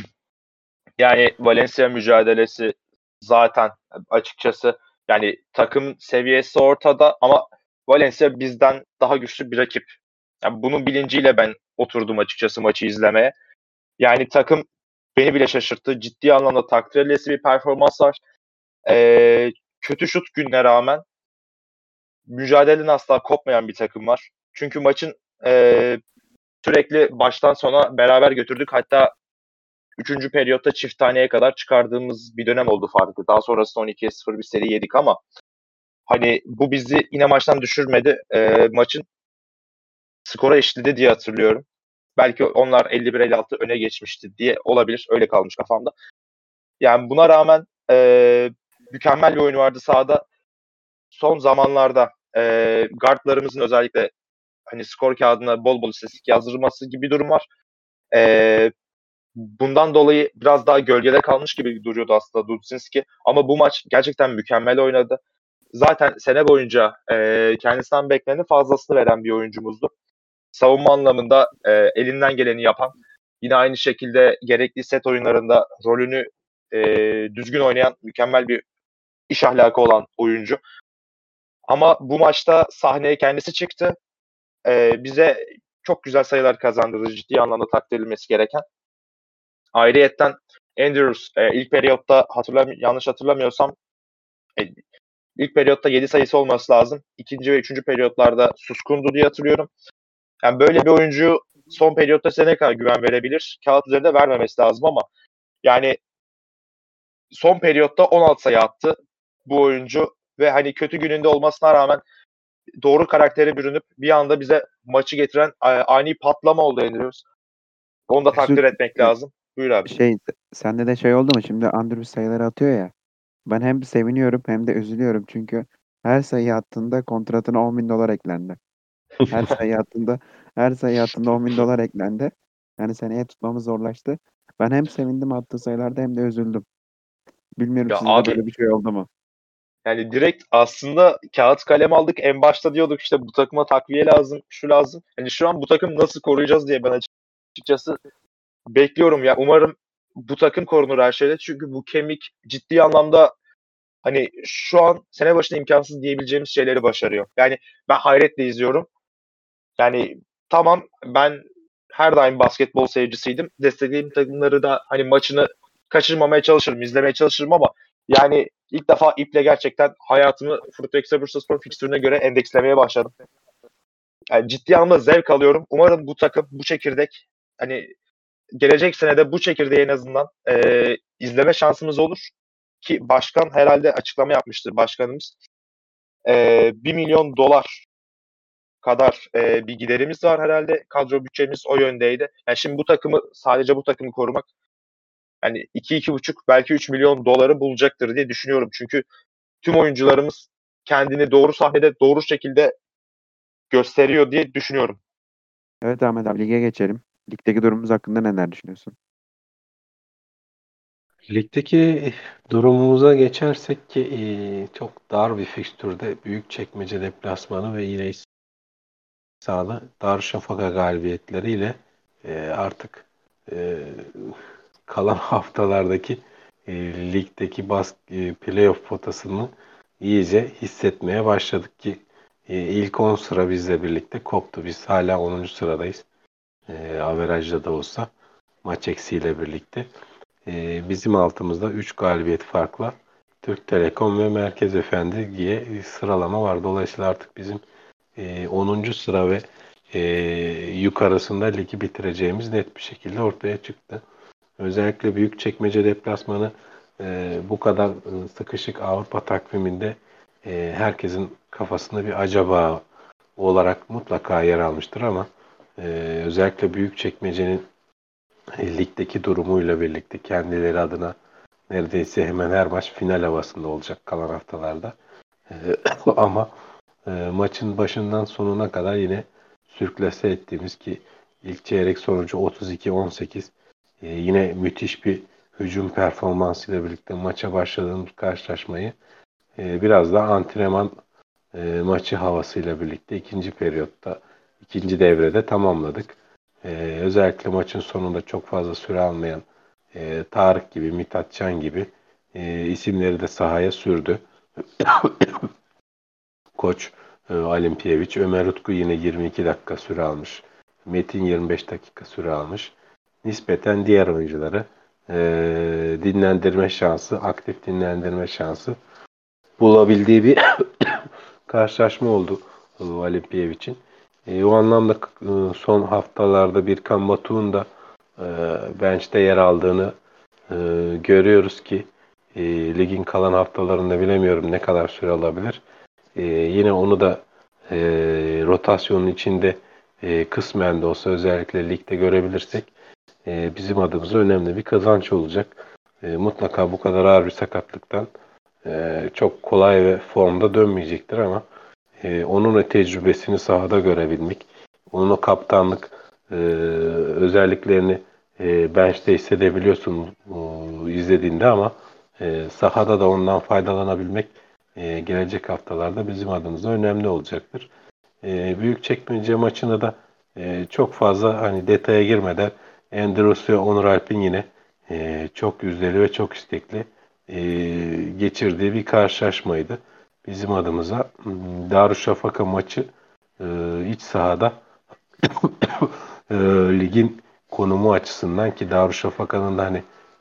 Yani Valencia mücadelesi zaten açıkçası yani takım seviyesi ortada ama Valencia bizden daha güçlü bir rakip. Yani bunun bilinciyle ben oturdum açıkçası maçı izlemeye. Yani takım beni bile şaşırttı. Ciddi anlamda takdir edilesi bir performans var. Kötü şut gününe rağmen mücadeleden asla kopmayan bir takım var. Çünkü maçın sürekli baştan sona beraber götürdük. Hatta 3. periyotta çift taneye kadar çıkardığımız bir dönem oldu farkı. Daha sonrasında 12'ye 0 bir seri yedik ama hani bu bizi yine maçtan düşürmedi. Maçın skora eşitledi diye hatırlıyorum. Belki onlar 51-56 öne geçmişti diye olabilir. Öyle kalmış kafamda. Yani buna rağmen mükemmel bir oyun vardı sahada. Son zamanlarda guardlarımızın özellikle hani skor kağıdına bol bol istatistik yazdırılması gibi bir durum var. Bundan dolayı biraz daha gölgede kalmış gibi duruyordu aslında Dudzinski. Ama bu maç gerçekten mükemmel oynadı. Zaten sene boyunca kendisinden beklenenin fazlasını veren bir oyuncumuzdu. Savunma anlamında elinden geleni yapan, yine aynı şekilde gerekli set oyunlarında rolünü düzgün oynayan mükemmel bir iş ahlakı olan oyuncu. Ama bu maçta sahneye kendisi çıktı. Bize çok güzel sayılar kazandırdı. Ciddi anlamda takdir edilmesi gereken. Ayrıyetten Andrews ilk periyotta yanlış hatırlamıyorsam ilk periyotta 7 sayısı olması lazım. İkinci ve üçüncü periyotlarda suskundu diye hatırlıyorum. Yani böyle bir oyuncu son periyotta size ne kadar güven verebilir? Kağıt üzerinde vermemesi lazım ama yani son periyotta 16 sayı attı bu oyuncu ve hani kötü gününde olmasına rağmen doğru karaktere bürünüp bir anda bize maçı getiren ani patlama oldu Andrews. Onu da Mesut, takdir etmek lazım. Buyur abi. sende de şey oldu mu? Şimdi Andrews sayıları atıyor ya. Ben hem seviniyorum hem de üzülüyorum çünkü her sayı attığında kontratına 10 bin dolar eklendi. Her sayı attığında her sayı attığında 10 bin dolar eklendi. Yani seneye tutmamız zorlaştı. Ben hem sevindim attığı sayılarda hem de üzüldüm. Bilmiyorum Ya sizde de abi böyle bir şey oldu mu? yani direkt aslında kağıt kalem aldık. En başta diyorduk işte bu takıma takviye lazım, şu lazım. Hani şu an bu takım nasıl koruyacağız diye ben açıkçası bekliyorum ya. Umarım bu takım korunur her şeyde. Çünkü bu kemik ciddi anlamda hani şu an sene başında imkansız diyebileceğimiz şeyleri başarıyor. Yani ben hayretle izliyorum. Yani tamam ben her daim basketbol seyircisiydim. Desteklediğim takımları da hani maçını kaçırmamaya çalışırım, izlemeye çalışırım ama yani ilk defa iple gerçekten hayatımı Frutex Bursaspor fikstürüne göre endekslemeye başladım. Yani ciddi anlamda zevk alıyorum. Umarım bu takım, bu çekirdek hani gelecek senede bu çekirdeği en azından izleme şansımız olur. Ki başkan herhalde açıklama yapmıştır başkanımız. 1 milyon dolar kadar bir giderimiz var herhalde. Kadro bütçemiz o yöndeydi. Yani şimdi sadece bu takımı korumak yani 2-2,5 belki 3 milyon doları bulacaktır diye düşünüyorum. Çünkü tüm oyuncularımız kendini doğru sahnede doğru şekilde gösteriyor diye düşünüyorum. Evet Ahmet abi lige geçelim. Ligdeki durumumuz hakkında neler düşünüyorsun? Ligdeki durumumuza geçersek ki çok dar bir fikstürde Büyükçekmece deplasmanı ve yine sahada Darüşşafaka galibiyetleriyle artık e, kalan haftalardaki ligdeki playoff potasını iyice hissetmeye başladık ki ilk 10 sıra bizle birlikte koptu. Biz hala 10. sıradayız. Averajda da olsa maç eksiğiyle birlikte. Bizim altımızda 3 galibiyet farkla Türk Telekom ve Merkez Efendi diye sıralama var. Dolayısıyla artık bizim 10. sıra ve yukarısında ligi bitireceğimiz net bir şekilde ortaya çıktı. Özellikle Büyükçekmece deplasmanı bu kadar sıkışık Avrupa takviminde herkesin kafasında bir acaba olarak mutlaka yer almıştır ama özellikle Büyükçekmece'nin ligdeki durumuyla birlikte kendileri adına neredeyse hemen her maç final havasında olacak kalan haftalarda. E, ama maçın başından sonuna kadar yine sürklase ettiğimiz ki ilk çeyrek sonucu 32-18 yine müthiş bir hücum performansıyla birlikte maça başladığımız karşılaşmayı biraz da antrenman maçı havasıyla birlikte ikinci periyotta, ikinci devrede tamamladık. Özellikle maçın sonunda çok fazla süre almayan Tarık gibi, Mithat Can gibi isimleri de sahaya sürdü. Koç Alimpiyeviç, Ömer Utku yine 22 dakika süre almış. Metin 25 dakika süre almış. Nispeten diğer oyuncuları dinlendirme şansı, aktif dinlendirme şansı bulabildiği bir karşılaşma oldu Alimpiyeviç'in. O anlamda son haftalarda Birkan Batu'nun da bench'te yer aldığını görüyoruz ki ligin kalan haftalarında bilemiyorum ne kadar süre alabilir. Yine onu da rotasyonun içinde kısmen de olsa özellikle ligde görebilirsek bizim adımıza önemli bir kazanç olacak. Mutlaka bu kadar ağır bir sakatlıktan çok kolay ve formda dönmeyecektir ama onun o tecrübesini sahada görebilmek, onun o kaptanlık özelliklerini bench'te hissedebiliyorsun izlediğinde ama sahada da ondan faydalanabilmek gelecek haftalarda bizim adımıza önemli olacaktır. Büyükçekmece maçını da çok fazla hani detaya girmeden Endros ve Onur Alp'in yine çok yüzdeli ve çok istekli geçirdiği bir karşılaşmaydı. Bizim adımıza Darüşşafaka maçı iç sahada ligin konumu açısından ki Darüşşafaka'nın da hani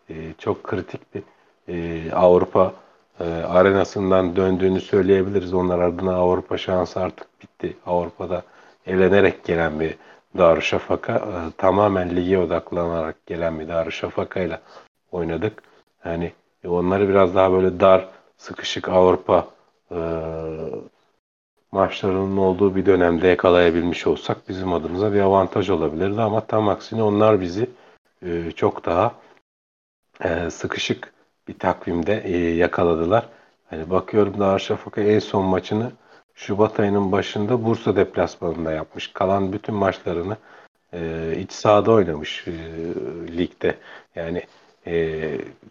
çok kritik bir Avrupa arenasından döndüğünü söyleyebiliriz. Onlar adına Avrupa şansı artık bitti. Avrupa'da eğlenerek gelen bir Darüşşafaka, tamamen lige odaklanarak gelen bir Darüşşafaka'yla oynadık. Yani onları biraz daha böyle dar, sıkışık Avrupa e, maçlarının olduğu bir dönemde yakalayabilmiş olsak bizim adımıza bir avantaj olabilirdi ama tam aksine onlar bizi çok daha sıkışık bir takvimde yakaladılar. Hani bakıyorum Darüşşafaka en son maçını Şubat ayının başında Bursa deplasmanında yapmış. Kalan bütün maçlarını iç sahada oynamış ligde. Yani e,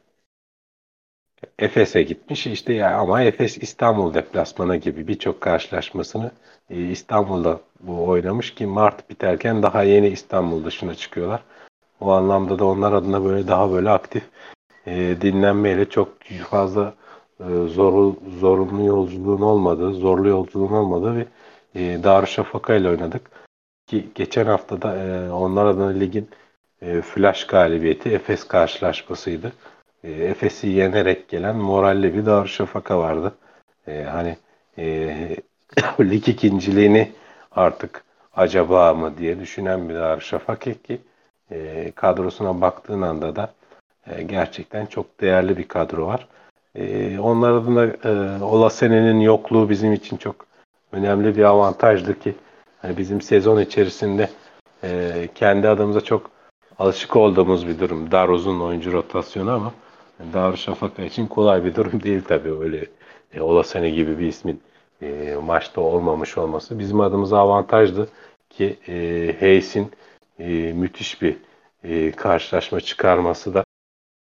Efes'e gitmiş işte ya, ama Efes İstanbul deplasmanı gibi birçok karşılaşmasını İstanbul'da bu oynamış ki Mart biterken daha yeni İstanbul dışına çıkıyorlar. O anlamda da onlar adına böyle daha böyle aktif dinlenmeyle çok fazla zorunlu yolculuğun olmadığı, zorlu yolculuğun olmadığı bir Darüşşafaka ile oynadık. Ki geçen hafta da onlar adına ligin flash galibiyeti Efes karşılaşmasıydı. Efes'i yenerek gelen moralli bir Darüşşafaka vardı. Hani e, lig ikinciliğini artık acaba mı diye düşünen bir Darüşşafaka ki kadrosuna baktığın anda da gerçekten çok değerli bir kadro var. Onlar adına Olasene'nin yokluğu bizim için çok önemli bir avantajdı ki hani bizim sezon içerisinde kendi adımıza çok alışık olduğumuz bir durum. Dar uzun oyuncu rotasyonu ama Darüşşafaka için kolay bir durum değil tabii, öyle Olasene gibi bir ismin maçta olmamış olması bizim adımıza avantajdı ki Hayes'in müthiş bir karşılaşma çıkarması da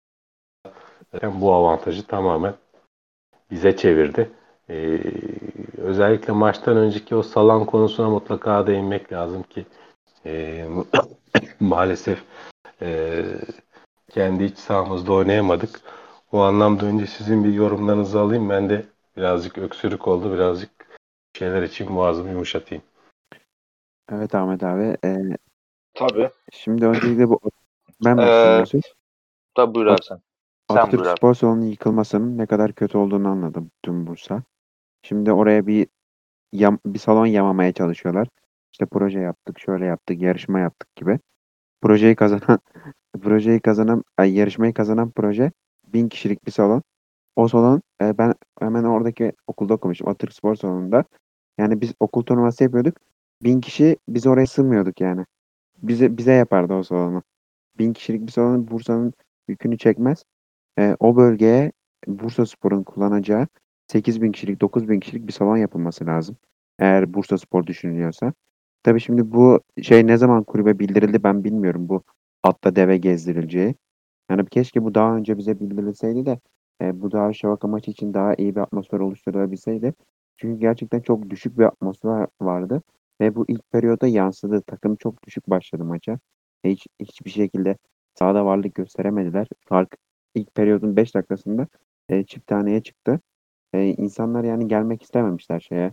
zaten bu avantajı tamamen bize çevirdi. Ee, Özellikle maçtan önceki o Salan konusuna mutlaka değinmek lazım ki e, maalesef e, kendi iç sahamızda oynayamadık. O anlamda önce sizin bir yorumlarınızı alayım. Ben de birazcık öksürük oldu. Birazcık şeyler için boğazımı yumuşatayım. Evet Ahmet abi. Tabii. Şimdi öncelikle ben başlayayım Ee, diyorsun. tabii buyur At- abi sen. Sen Atatürk buyur abi. Spor Salonu'nun yıkılmasının ne kadar kötü olduğunu anladım tüm Bursa. Şimdi oraya bir salon yamamaya çalışıyorlar. İşte proje yaptık, şöyle yaptık, yarışma yaptık gibi. Projeyi kazanan yarışmayı kazanan proje 1.000 kişilik bir salon. O salon ben hemen oradaki okulda okumuştum. Atatürk Spor Salonu'nda. Yani biz okul turnuvası yapıyorduk. 1.000 kişi biz oraya sığmıyorduk yani. Bize yapardı o salonu. 1.000 kişilik bir salon Bursa'nın yükünü çekmez. O bölgeye Bursaspor'un kullanacağı 8.000 kişilik, 9.000 kişilik bir salon yapılması lazım. Eğer Bursaspor düşünülüyorsa. Tabii şimdi bu şey ne zaman kulübe bildirildi ben bilmiyorum. Bu atta deve gezdirileceği. Yani keşke bu daha önce bize bildirilseydi de bu Darüşşafaka maçı için daha iyi bir atmosfer oluşturulabilseydi. Çünkü gerçekten çok düşük bir atmosfer vardı. Ve bu ilk periyoda yansıdı. Takım çok düşük başladı maça. Hiçbir şekilde sahada varlık gösteremediler. Fark ilk periyodun 5 dakikasında çift taneye çıktı. İnsanlar yani gelmek istememişler şeye.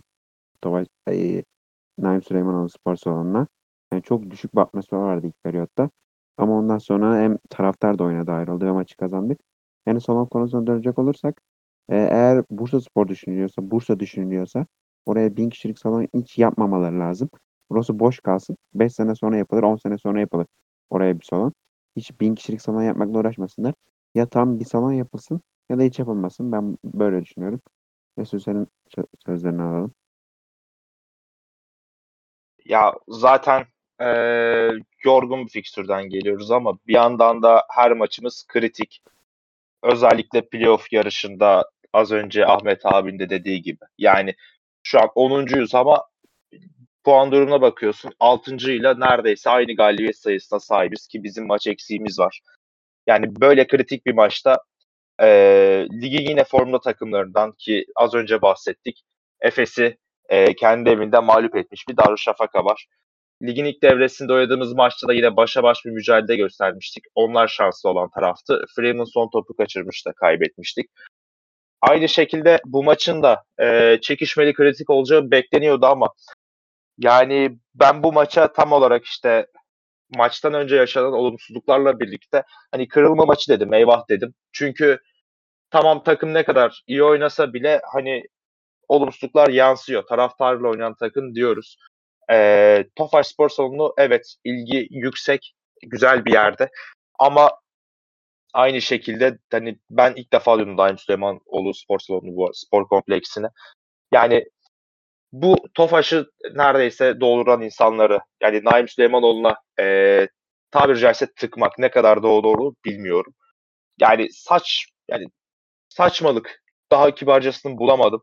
Naim Süleymanoğlu Spor Salonu'na. Yani çok düşük bir atmosfer vardı ilk periyotta. Ama ondan sonra hem taraftar da oyuna dahil oldu ve maçı kazandık. Yani salon konusuna dönecek olursak eğer Bursa düşünülüyorsa oraya 1.000 kişilik salon hiç yapmamaları lazım. Burası boş kalsın. 5 sene sonra yapılır, 10 sene sonra yapılır oraya bir salon. Hiç 1.000 kişilik salon yapmakla uğraşmasınlar. Ya tam bir salon yapılsın ya da hiç yapılmasın. Ben böyle düşünüyorum. Ve senin sözlerini alalım. Ya zaten yorgun bir fikstürden geliyoruz ama bir yandan da her maçımız kritik. Özellikle playoff yarışında az önce Ahmet abinin de dediği gibi. Yani şu an 10'uncuyuz ama puan durumuna bakıyorsun. 6.'yla neredeyse aynı galibiyet sayısına sahibiz ki bizim maç eksiğimiz var. Yani böyle kritik bir maçta ligin yine formda takımlarından ki az önce bahsettik. Efes'i kendi evinde mağlup etmiş bir Darüşşafaka var. Ligin ilk devresinde oynadığımız maçta da yine başa baş bir mücadele göstermiştik. Onlar şanslı olan taraftı. Freeman son topu kaçırmış da kaybetmiştik. Aynı şekilde bu maçın da çekişmeli kritik olacağı bekleniyordu ama yani ben bu maça tam olarak işte maçtan önce yaşanan olumsuzluklarla birlikte hani kırılma maçı dedim, eyvah dedim. Çünkü tamam takım ne kadar iyi oynasa bile hani olumsuzluklar yansıyor. Taraftarla oynayan takım diyoruz. Tofaş Spor Salonu evet ilgi yüksek, güzel bir yerde. Ama aynı şekilde hani ben ilk defa duydum Daim Süleymanoğlu Spor Salonu bu spor kompleksini. Yani bu Tofaş'ı neredeyse dolduran insanları yani Naim Süleymanoğlu'na tabiri caizse tıkmak ne kadar doğru bilmiyorum. Yani yani saçmalık. Daha kibarcasını bulamadım.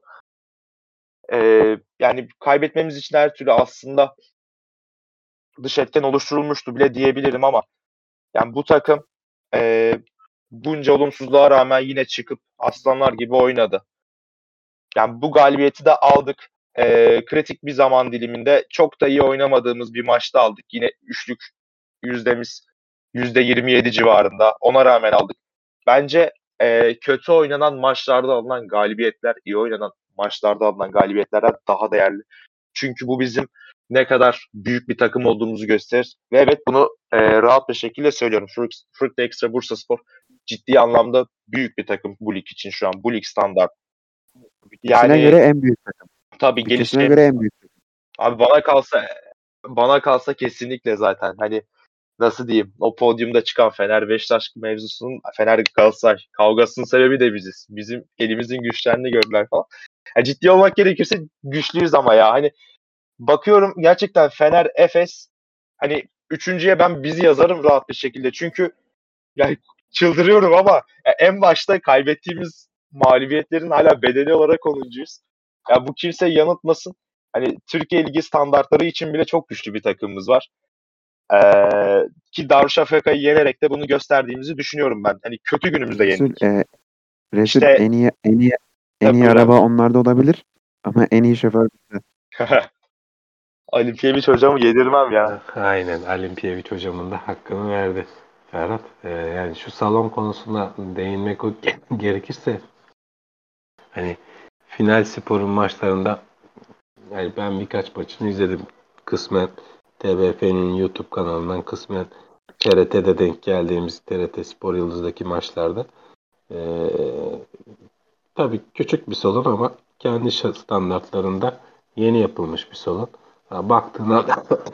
Yani kaybetmemiz için her türlü aslında dış etken oluşturulmuştu bile diyebilirim ama yani bu takım bunca olumsuzluğa rağmen yine çıkıp aslanlar gibi oynadı. Yani bu galibiyeti de aldık. Kritik bir zaman diliminde çok da iyi oynamadığımız bir maçta aldık. Yine üçlük yüzdemiz %27 civarında. Ona rağmen aldık. Bence kötü oynanan maçlarda alınan galibiyetler, iyi oynanan maçlarda alınan galibiyetlerden daha değerli. Çünkü bu bizim ne kadar büyük bir takım olduğumuzu gösterir. Ve evet bunu rahat bir şekilde söylüyorum. Fruk'ta Ekstra Bursaspor ciddi anlamda büyük bir takım bu lig için şu an. Bu lig standart. Bütçesine Yani göre en büyük takım. tabii Bütçesine gelişeceğimiz göre en büyük takım. abi bana kalsa kesinlikle zaten hani nasıl diyeyim o podyumda çıkan Fener Beşiktaş mevzusunun Fener Galatasaray kavgasının sebebi de biziz. Bizim elimizin güçlerini gördüler falan. Ya ciddi olmak gerekirse güçlüyüz ama ya hani bakıyorum gerçekten Fener Efes hani üçüncüye ben bizi yazarım rahat bir şekilde. Çünkü yani çıldırıyorum ama en başta kaybettiğimiz mağlubiyetlerin hala bedeli olarak 10'uncuyuz. Ya bu kimse yanıltmasın. Hani Türkiye Ligi standartları için bile çok güçlü bir takımımız var. Ki Darüşşafaka'yı yenerek de bunu gösterdiğimizi düşünüyorum ben. Hani kötü günümüzde Resul, yendik. Resul İşte en iyi buyur abi. araba onlarda olabilir ama en iyi şoför bizde. Ali Piyeviç hocamı yedirmem ya. Aynen Alimpiyeviç hocamın da hakkını verdi Ferhat. Yani şu salon konusuna değinmek gerekirse hani final sporun maçlarında yani ben birkaç maçını izledim. Kısmen TBF'nin YouTube kanalından kısmen TRT'de denk geldiğimiz TRT Spor Yıldız'daki maçlarda. Ee, tabii küçük bir salon ama kendi standartlarında yeni yapılmış bir salon. Baktığında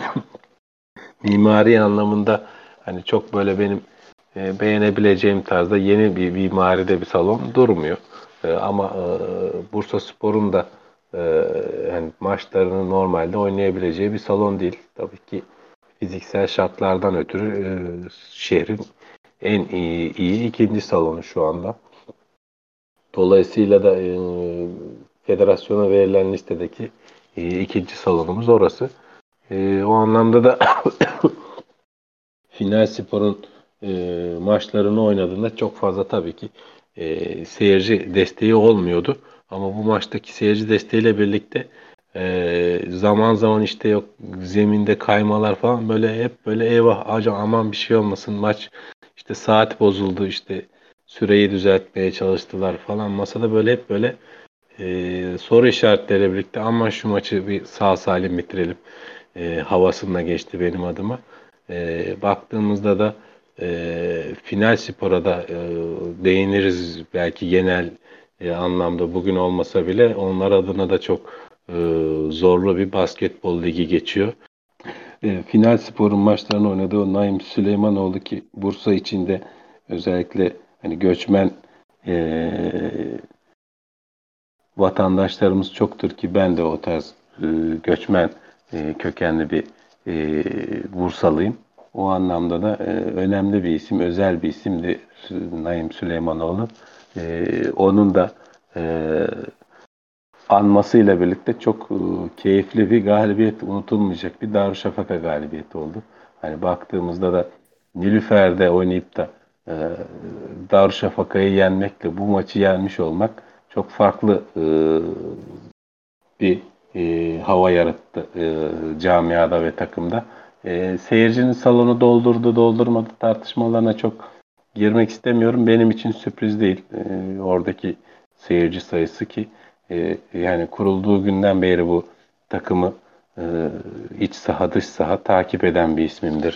mimari anlamında hani çok böyle benim beğenebileceğim tarzda yeni bir mimaride bir salon durmuyor. Ama Bursaspor'un da hani maçlarını normalde oynayabileceği bir salon değil. Tabii ki fiziksel şartlardan ötürü şehrin en iyi ikinci salonu şu anda. Dolayısıyla da federasyona verilen listedeki ikinci salonumuz orası. O anlamda da Final Spor'un maçlarını oynadığında çok fazla tabii ki seyirci desteği olmuyordu. Ama bu maçtaki seyirci desteğiyle birlikte zaman zaman işte yok zeminde kaymalar falan böyle hep böyle eyvah aman bir şey olmasın maç işte saat bozuldu işte süreyi düzeltmeye çalıştılar falan masada böyle hep böyle soru işaretleriyle birlikte aman şu maçı bir sağ salim bitirelim havasında geçti benim adıma. Baktığımızda da final spora da değiniriz belki genel anlamda bugün olmasa bile onlar adına da çok zorlu bir basketbol ligi geçiyor. Final sporun maçlarını oynadığı o Naim Süleymanoğlu ki Bursa içinde özellikle hani göçmen e, vatandaşlarımız çoktur ki ben de o tarz göçmen kökenli bir Bursalıyım. O anlamda da önemli bir isim, özel bir isimdi Naim Süleymanoğlu. Onun da e, anmasıyla birlikte çok keyifli bir galibiyet, unutulmayacak bir Darüşşafaka galibiyeti oldu. Hani baktığımızda da Nilüfer'de oynayıp da e, Darüşşafaka'yı yenmekle bu maçı yenmiş olmak çok farklı bir hava yarattı camiada ve takımda. Seyircinin salonu doldurdu, doldurmadı tartışmalarına çok girmek istemiyorum. Benim için sürpriz değil oradaki seyirci sayısı ki yani kurulduğu günden beri bu takımı iç saha dış saha takip eden bir ismimdir.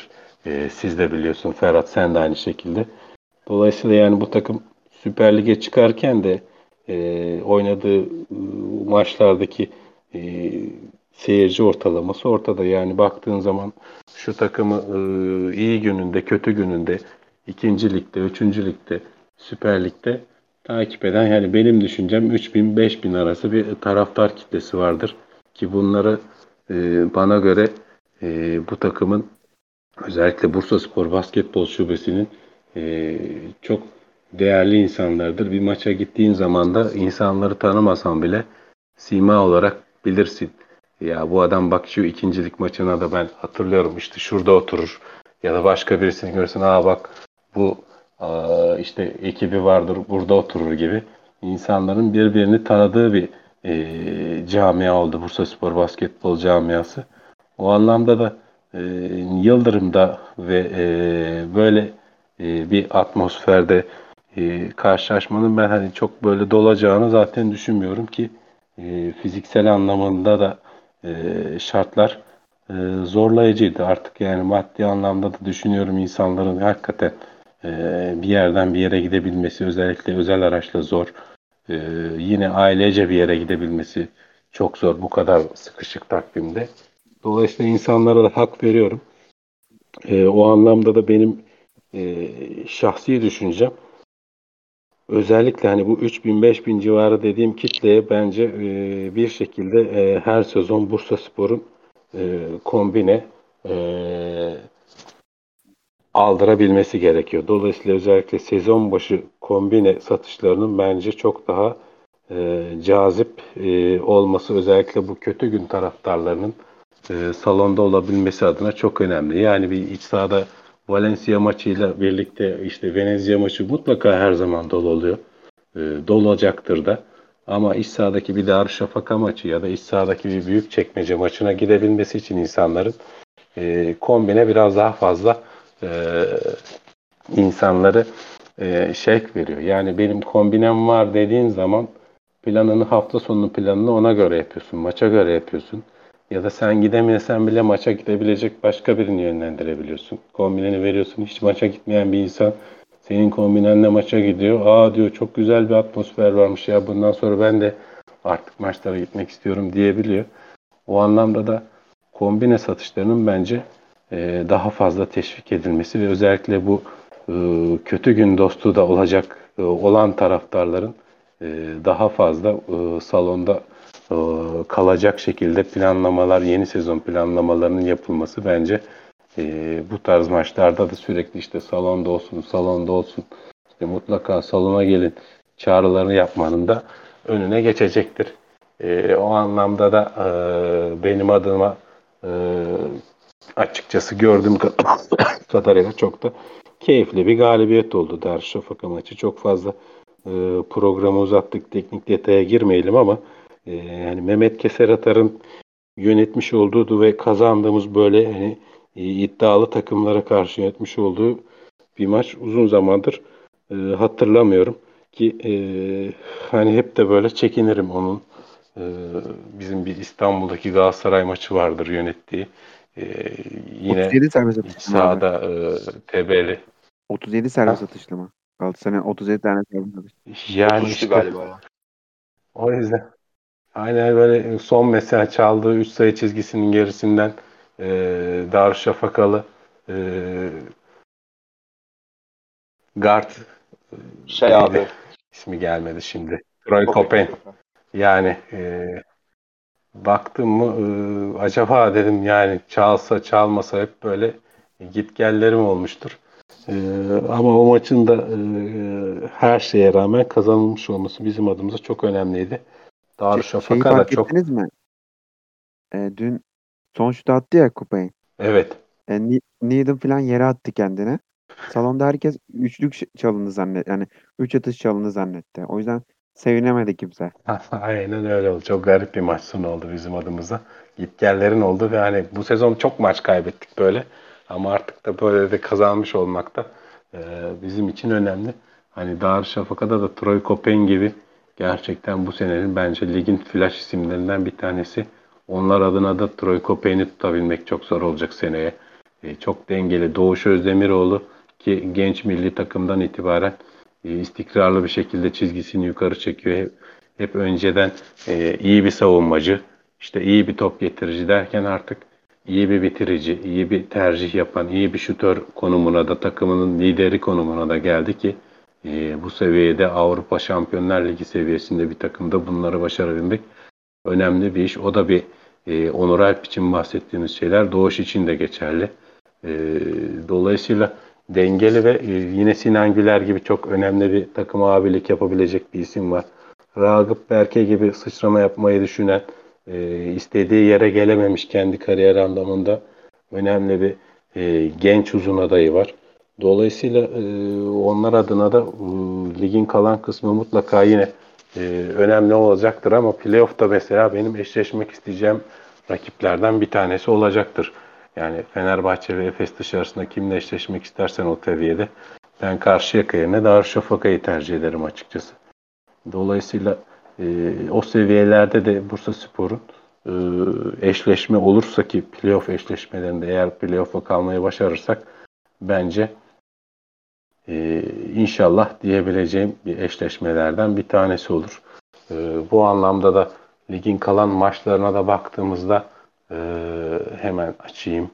Siz de biliyorsun Ferhat, sen de aynı şekilde. Dolayısıyla yani bu takım Süper Lig'e çıkarken de oynadığı maçlardaki e, seyirci ortalaması ortada. Yani baktığın zaman şu takımı iyi gününde, kötü gününde, ikinci ligde, üçüncü ligde, Süper Lig'de takip eden, yani benim düşüncem 3000-5000 arası bir taraftar kitlesi vardır. Ki bunları bana göre bu takımın, özellikle Bursaspor Basketbol Şubesi'nin çok değerli insanlardır. Bir maça gittiğin zaman da insanları tanımasan bile sima olarak bilirsin. Ya bu adam bak şu ikincilik maçına da ben hatırlıyorum, işte şurada oturur. Ya da başka birisini görürsün, aa bak bu işte ekibi vardır burada oturur gibi. İnsanların birbirini tanıdığı bir camia oldu Bursaspor Basketbol camiası. O anlamda da e, Yıldırım'da ve böyle bir atmosferde karşılaşmanın ben hani çok böyle dolacağını zaten düşünmüyorum ki fiziksel anlamında da şartlar zorlayıcıydı. Artık yani maddi anlamda da düşünüyorum, insanların hakikaten bir yerden bir yere gidebilmesi, özellikle özel araçla zor. E, Yine ailece bir yere gidebilmesi çok zor bu kadar sıkışık takvimde. Dolayısıyla insanlara da hak veriyorum. O anlamda da benim şahsi düşüncem, özellikle hani bu 3000-5000 civarı dediğim kitleye bence bir şekilde her sezon Bursaspor'un kombine e, aldırabilmesi gerekiyor. Dolayısıyla özellikle sezon başı kombine satışlarının bence çok daha cazip olması, özellikle bu kötü gün taraftarlarının salonda olabilmesi adına çok önemli. Yani bir iç sahada Valencia maçıyla birlikte işte Venezia maçı mutlaka her zaman dolu oluyor. Dolu olacaktır da. Ama iç sahadaki bir Darüşşafaka maçı ya da iç sahadaki bir Büyükçekmece maçına gidebilmesi için insanların kombine biraz daha fazla e, insanları şevk veriyor. Yani benim kombinem var dediğin zaman planını, hafta sonu planını ona göre yapıyorsun, maça göre yapıyorsun. Ya da sen gidemesen bile maça gidebilecek başka birini yönlendirebiliyorsun. Kombineni veriyorsun. Hiç maça gitmeyen bir insan senin kombinenle maça gidiyor. Aa diyor, çok güzel bir atmosfer varmış ya, bundan sonra ben de artık maçlara gitmek istiyorum diyebiliyor. O anlamda da kombine satışlarının bence daha fazla teşvik edilmesi ve özellikle bu kötü gün dostu da olacak olan taraftarların daha fazla salonda e, kalacak şekilde planlamalar, yeni sezon planlamalarının yapılması bence bu tarz maçlarda da sürekli işte salonda olsun, salonda olsun, işte mutlaka salona gelin çağrılarını yapmanın da önüne geçecektir. O anlamda da benim adıma e, açıkçası gördüğüm kadarıyla çok da keyifli bir galibiyet oldu Darüşşafaka maçı. Çok fazla programı uzattık, teknik detaya girmeyelim ama yani Mehmet Keser Atar'ın yönetmiş olduğu ve kazandığımız böyle hani iddialı takımlara karşı yönetmiş olduğu bir maç uzun zamandır hatırlamıyorum ki hani hep de böyle çekinirim onun. E, Bizim bir İstanbul'daki Galatasaray maçı vardır yönettiği. E, Yine 37 serbest iç atışlı mı abi? sahada TB'li. 37 Ha? serbest atışlı mı? Galatasaray'ın 37 tane serbest atışlı. Yani 33'tü işte galiba ya. o yüzden aynen böyle son mesela çaldığı 3 sayı çizgisinin gerisinden e, Darüşşafakalı e, guard, Şey neydi? abi. İsmi gelmedi şimdi. Troy Kope. Copen. Yani baktım mı acaba dedim, yani çalsa çalmasa hep böyle gitgellerim olmuştur. E, Ama o maçın da her şeye rağmen kazanılmış olması bizim adımıza çok önemliydi. Şeyi Darüşşafaka da fark çok, ettiniz mi? Dün son şutu attı ya kupayı. evet. Needham falan yere attı kendine. Salonda herkes üçlük çalındı zannet. Yani üç atış çalındı zannetti. O yüzden sevinemedi kimse. Aynen öyle oldu. Çok garip bir maç sonu oldu bizim adımıza. Gitgellerin oldu ve hani bu sezon çok maç kaybettik böyle. Ama artık da böyle de kazanmış olmak da e, bizim için önemli. Hani Darüşşafaka'da da Troy Copen gibi gerçekten bu senenin bence ligin flash isimlerinden bir tanesi. Onlar adına da Troy Copen'i tutabilmek çok zor olacak seneye. Çok dengeli. Doğuş Özdemiroğlu ki genç milli takımdan itibaren istikrarlı bir şekilde çizgisini yukarı çekiyor. Hep önceden iyi bir savunmacı, işte iyi bir top getirici derken artık iyi bir bitirici, iyi bir tercih yapan, iyi bir şutör konumuna da takımının lideri konumuna da geldi ki bu seviyede Avrupa Şampiyonlar Ligi seviyesinde bir takımda bunları başarabilmek önemli bir iş. O da bir Onur Alp için bahsettiğimiz şeyler Doğuş için de geçerli. Dolayısıyla dengeli ve yine Sinan Güler gibi çok önemli bir takım abilik yapabilecek bir isim var. Ragıp Berke gibi sıçrama yapmayı düşünen, istediği yere gelememiş kendi kariyer anlamında önemli bir genç uzun adayı var. Dolayısıyla onlar adına da ligin kalan kısmı mutlaka yine önemli olacaktır ama playoff'ta mesela benim eşleşmek isteyeceğim rakiplerden bir tanesi olacaktır. Yani Fenerbahçe ve Efes dışarısında kimle eşleşmek istersen o seviyede ben Karşıyaka yerine Darüşşafaka'yı tercih ederim açıkçası. Dolayısıyla o seviyelerde de Bursaspor'un eşleşme olursa ki playoff eşleşmelerinde eğer playoff'a kalmayı başarırsak bence inşallah diyebileceğim bir eşleşmelerden bir tanesi olur. Bu anlamda da ligin kalan maçlarına da baktığımızda hemen açayım.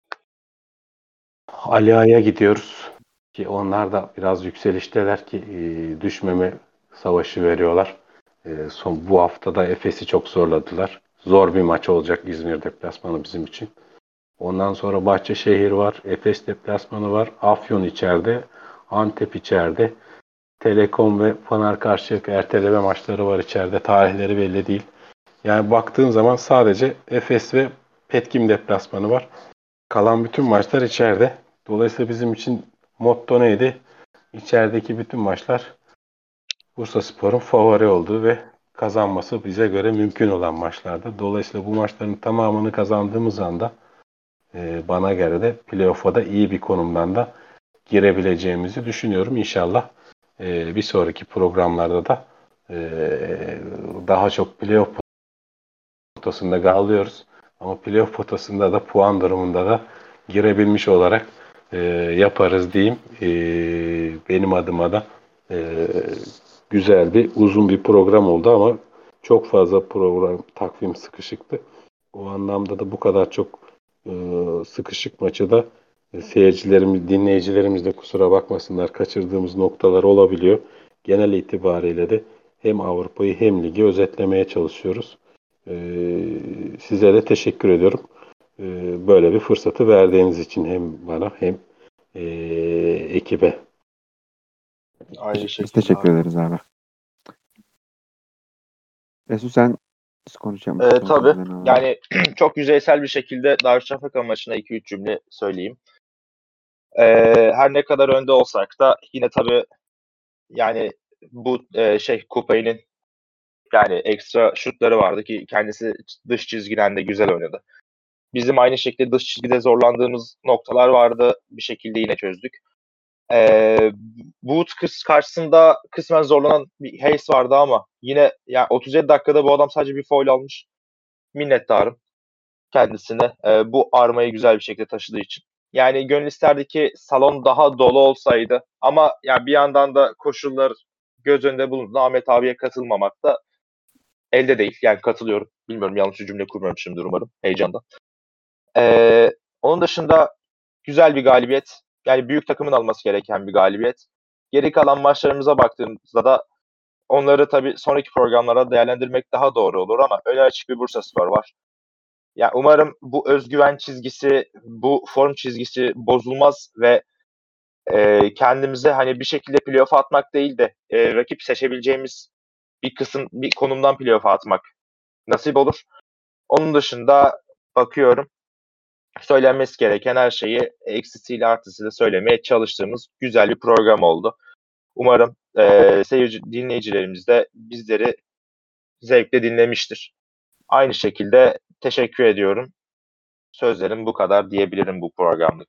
Ali Ağa'ya gidiyoruz ki onlar da biraz yükselişteler ki düşmeme savaşı veriyorlar. Son bu haftada Efes'i çok zorladılar. Zor bir maç olacak İzmir deplasmanı bizim için. Ondan sonra Bahçeşehir var, Efes deplasmanı var, Afyon içeride, Antep içeride, Telekom ve Fener Karşıyaka erteleme maçları var içeride. Tarihleri belli değil. Yani baktığın zaman sadece Efes ve Petkim deplasmanı var. Kalan bütün maçlar içeride. Dolayısıyla bizim için motto neydi? İçerideki bütün maçlar Bursaspor'un favori olduğu ve kazanması bize göre mümkün olan maçlardı. Dolayısıyla bu maçların tamamını kazandığımız anda bana göre de playoff'a da iyi bir konumdan da girebileceğimizi düşünüyorum. İnşallah bir sonraki programlarda da daha çok playoff potasında kalıyoruz. Ama playoff potasında da puan durumunda da girebilmiş olarak yaparız diyeyim. Benim adıma da güzel bir uzun bir program oldu ama çok fazla program takvim sıkışıktı. O anlamda da bu kadar çok sıkışık maçı da seyircilerimiz, dinleyicilerimiz de kusura bakmasınlar kaçırdığımız noktalar olabiliyor. Genel itibariyle de hem Avrupa'yı hem ligi özetlemeye çalışıyoruz. Size de teşekkür ediyorum. Böyle bir fırsatı verdiğiniz için hem bana hem ekibe. Aynı Biz şekilde teşekkür abi. ederiz abi. Resul sen konuşacak mısın? Tabii. Yani çok yüzeysel bir şekilde Darüşşafaka maçına 2-3 cümle söyleyeyim. Her ne kadar önde olsak da yine tabii yani bu Kupay'ın yani ekstra şutları vardı ki kendisi dış çizgiden de güzel oynadı. Bizim aynı şekilde dış çizgide zorlandığımız noktalar vardı. Bir şekilde yine çözdük. Boot karşısında kısmen zorlanan bir Hayes vardı ama yine yani 37 dakikada bu adam sadece bir foul almış. Minnettarım kendisine bu armayı güzel bir şekilde taşıdığı için. Yani gönül isterdi ki salon daha dolu olsaydı ama yani bir yandan da koşullar göz önünde bulunduğunda Ahmet abiye katılmamak da elde değil. Yani katılıyorum. Bilmiyorum yanlış bir cümle kurmamışımdır umarım heyecandan. Onun dışında güzel bir galibiyet. Yani büyük takımın alması gereken bir galibiyet. Geri kalan maçlarımıza baktığımızda da onları tabii sonraki programlara değerlendirmek daha doğru olur ama öne açık bir Bursaspor var. Yani umarım bu özgüven çizgisi, bu form çizgisi bozulmaz ve kendimize hani bir şekilde playoff'a atmak değil de rakip seçebileceğimiz bir konumdan playoff'a atmak nasip olur. Onun dışında bakıyorum söylenmesi gereken her şeyi eksisiyle artısıyla söylemeye çalıştığımız güzel bir program oldu. Umarım dinleyicilerimiz de bizleri zevkle dinlemiştir. Aynı şekilde teşekkür ediyorum. Sözlerim bu kadar diyebilirim bu programlık.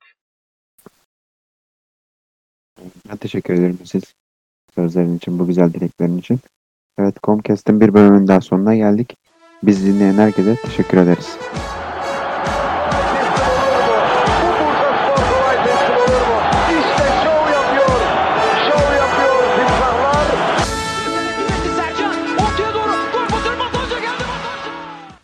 Ben teşekkür ederim siz sözlerin için, bu güzel dileklerin için. Evet, Comcast'ın bir bölümünün daha sonuna geldik. Biz dinleyen herkese teşekkür ederiz.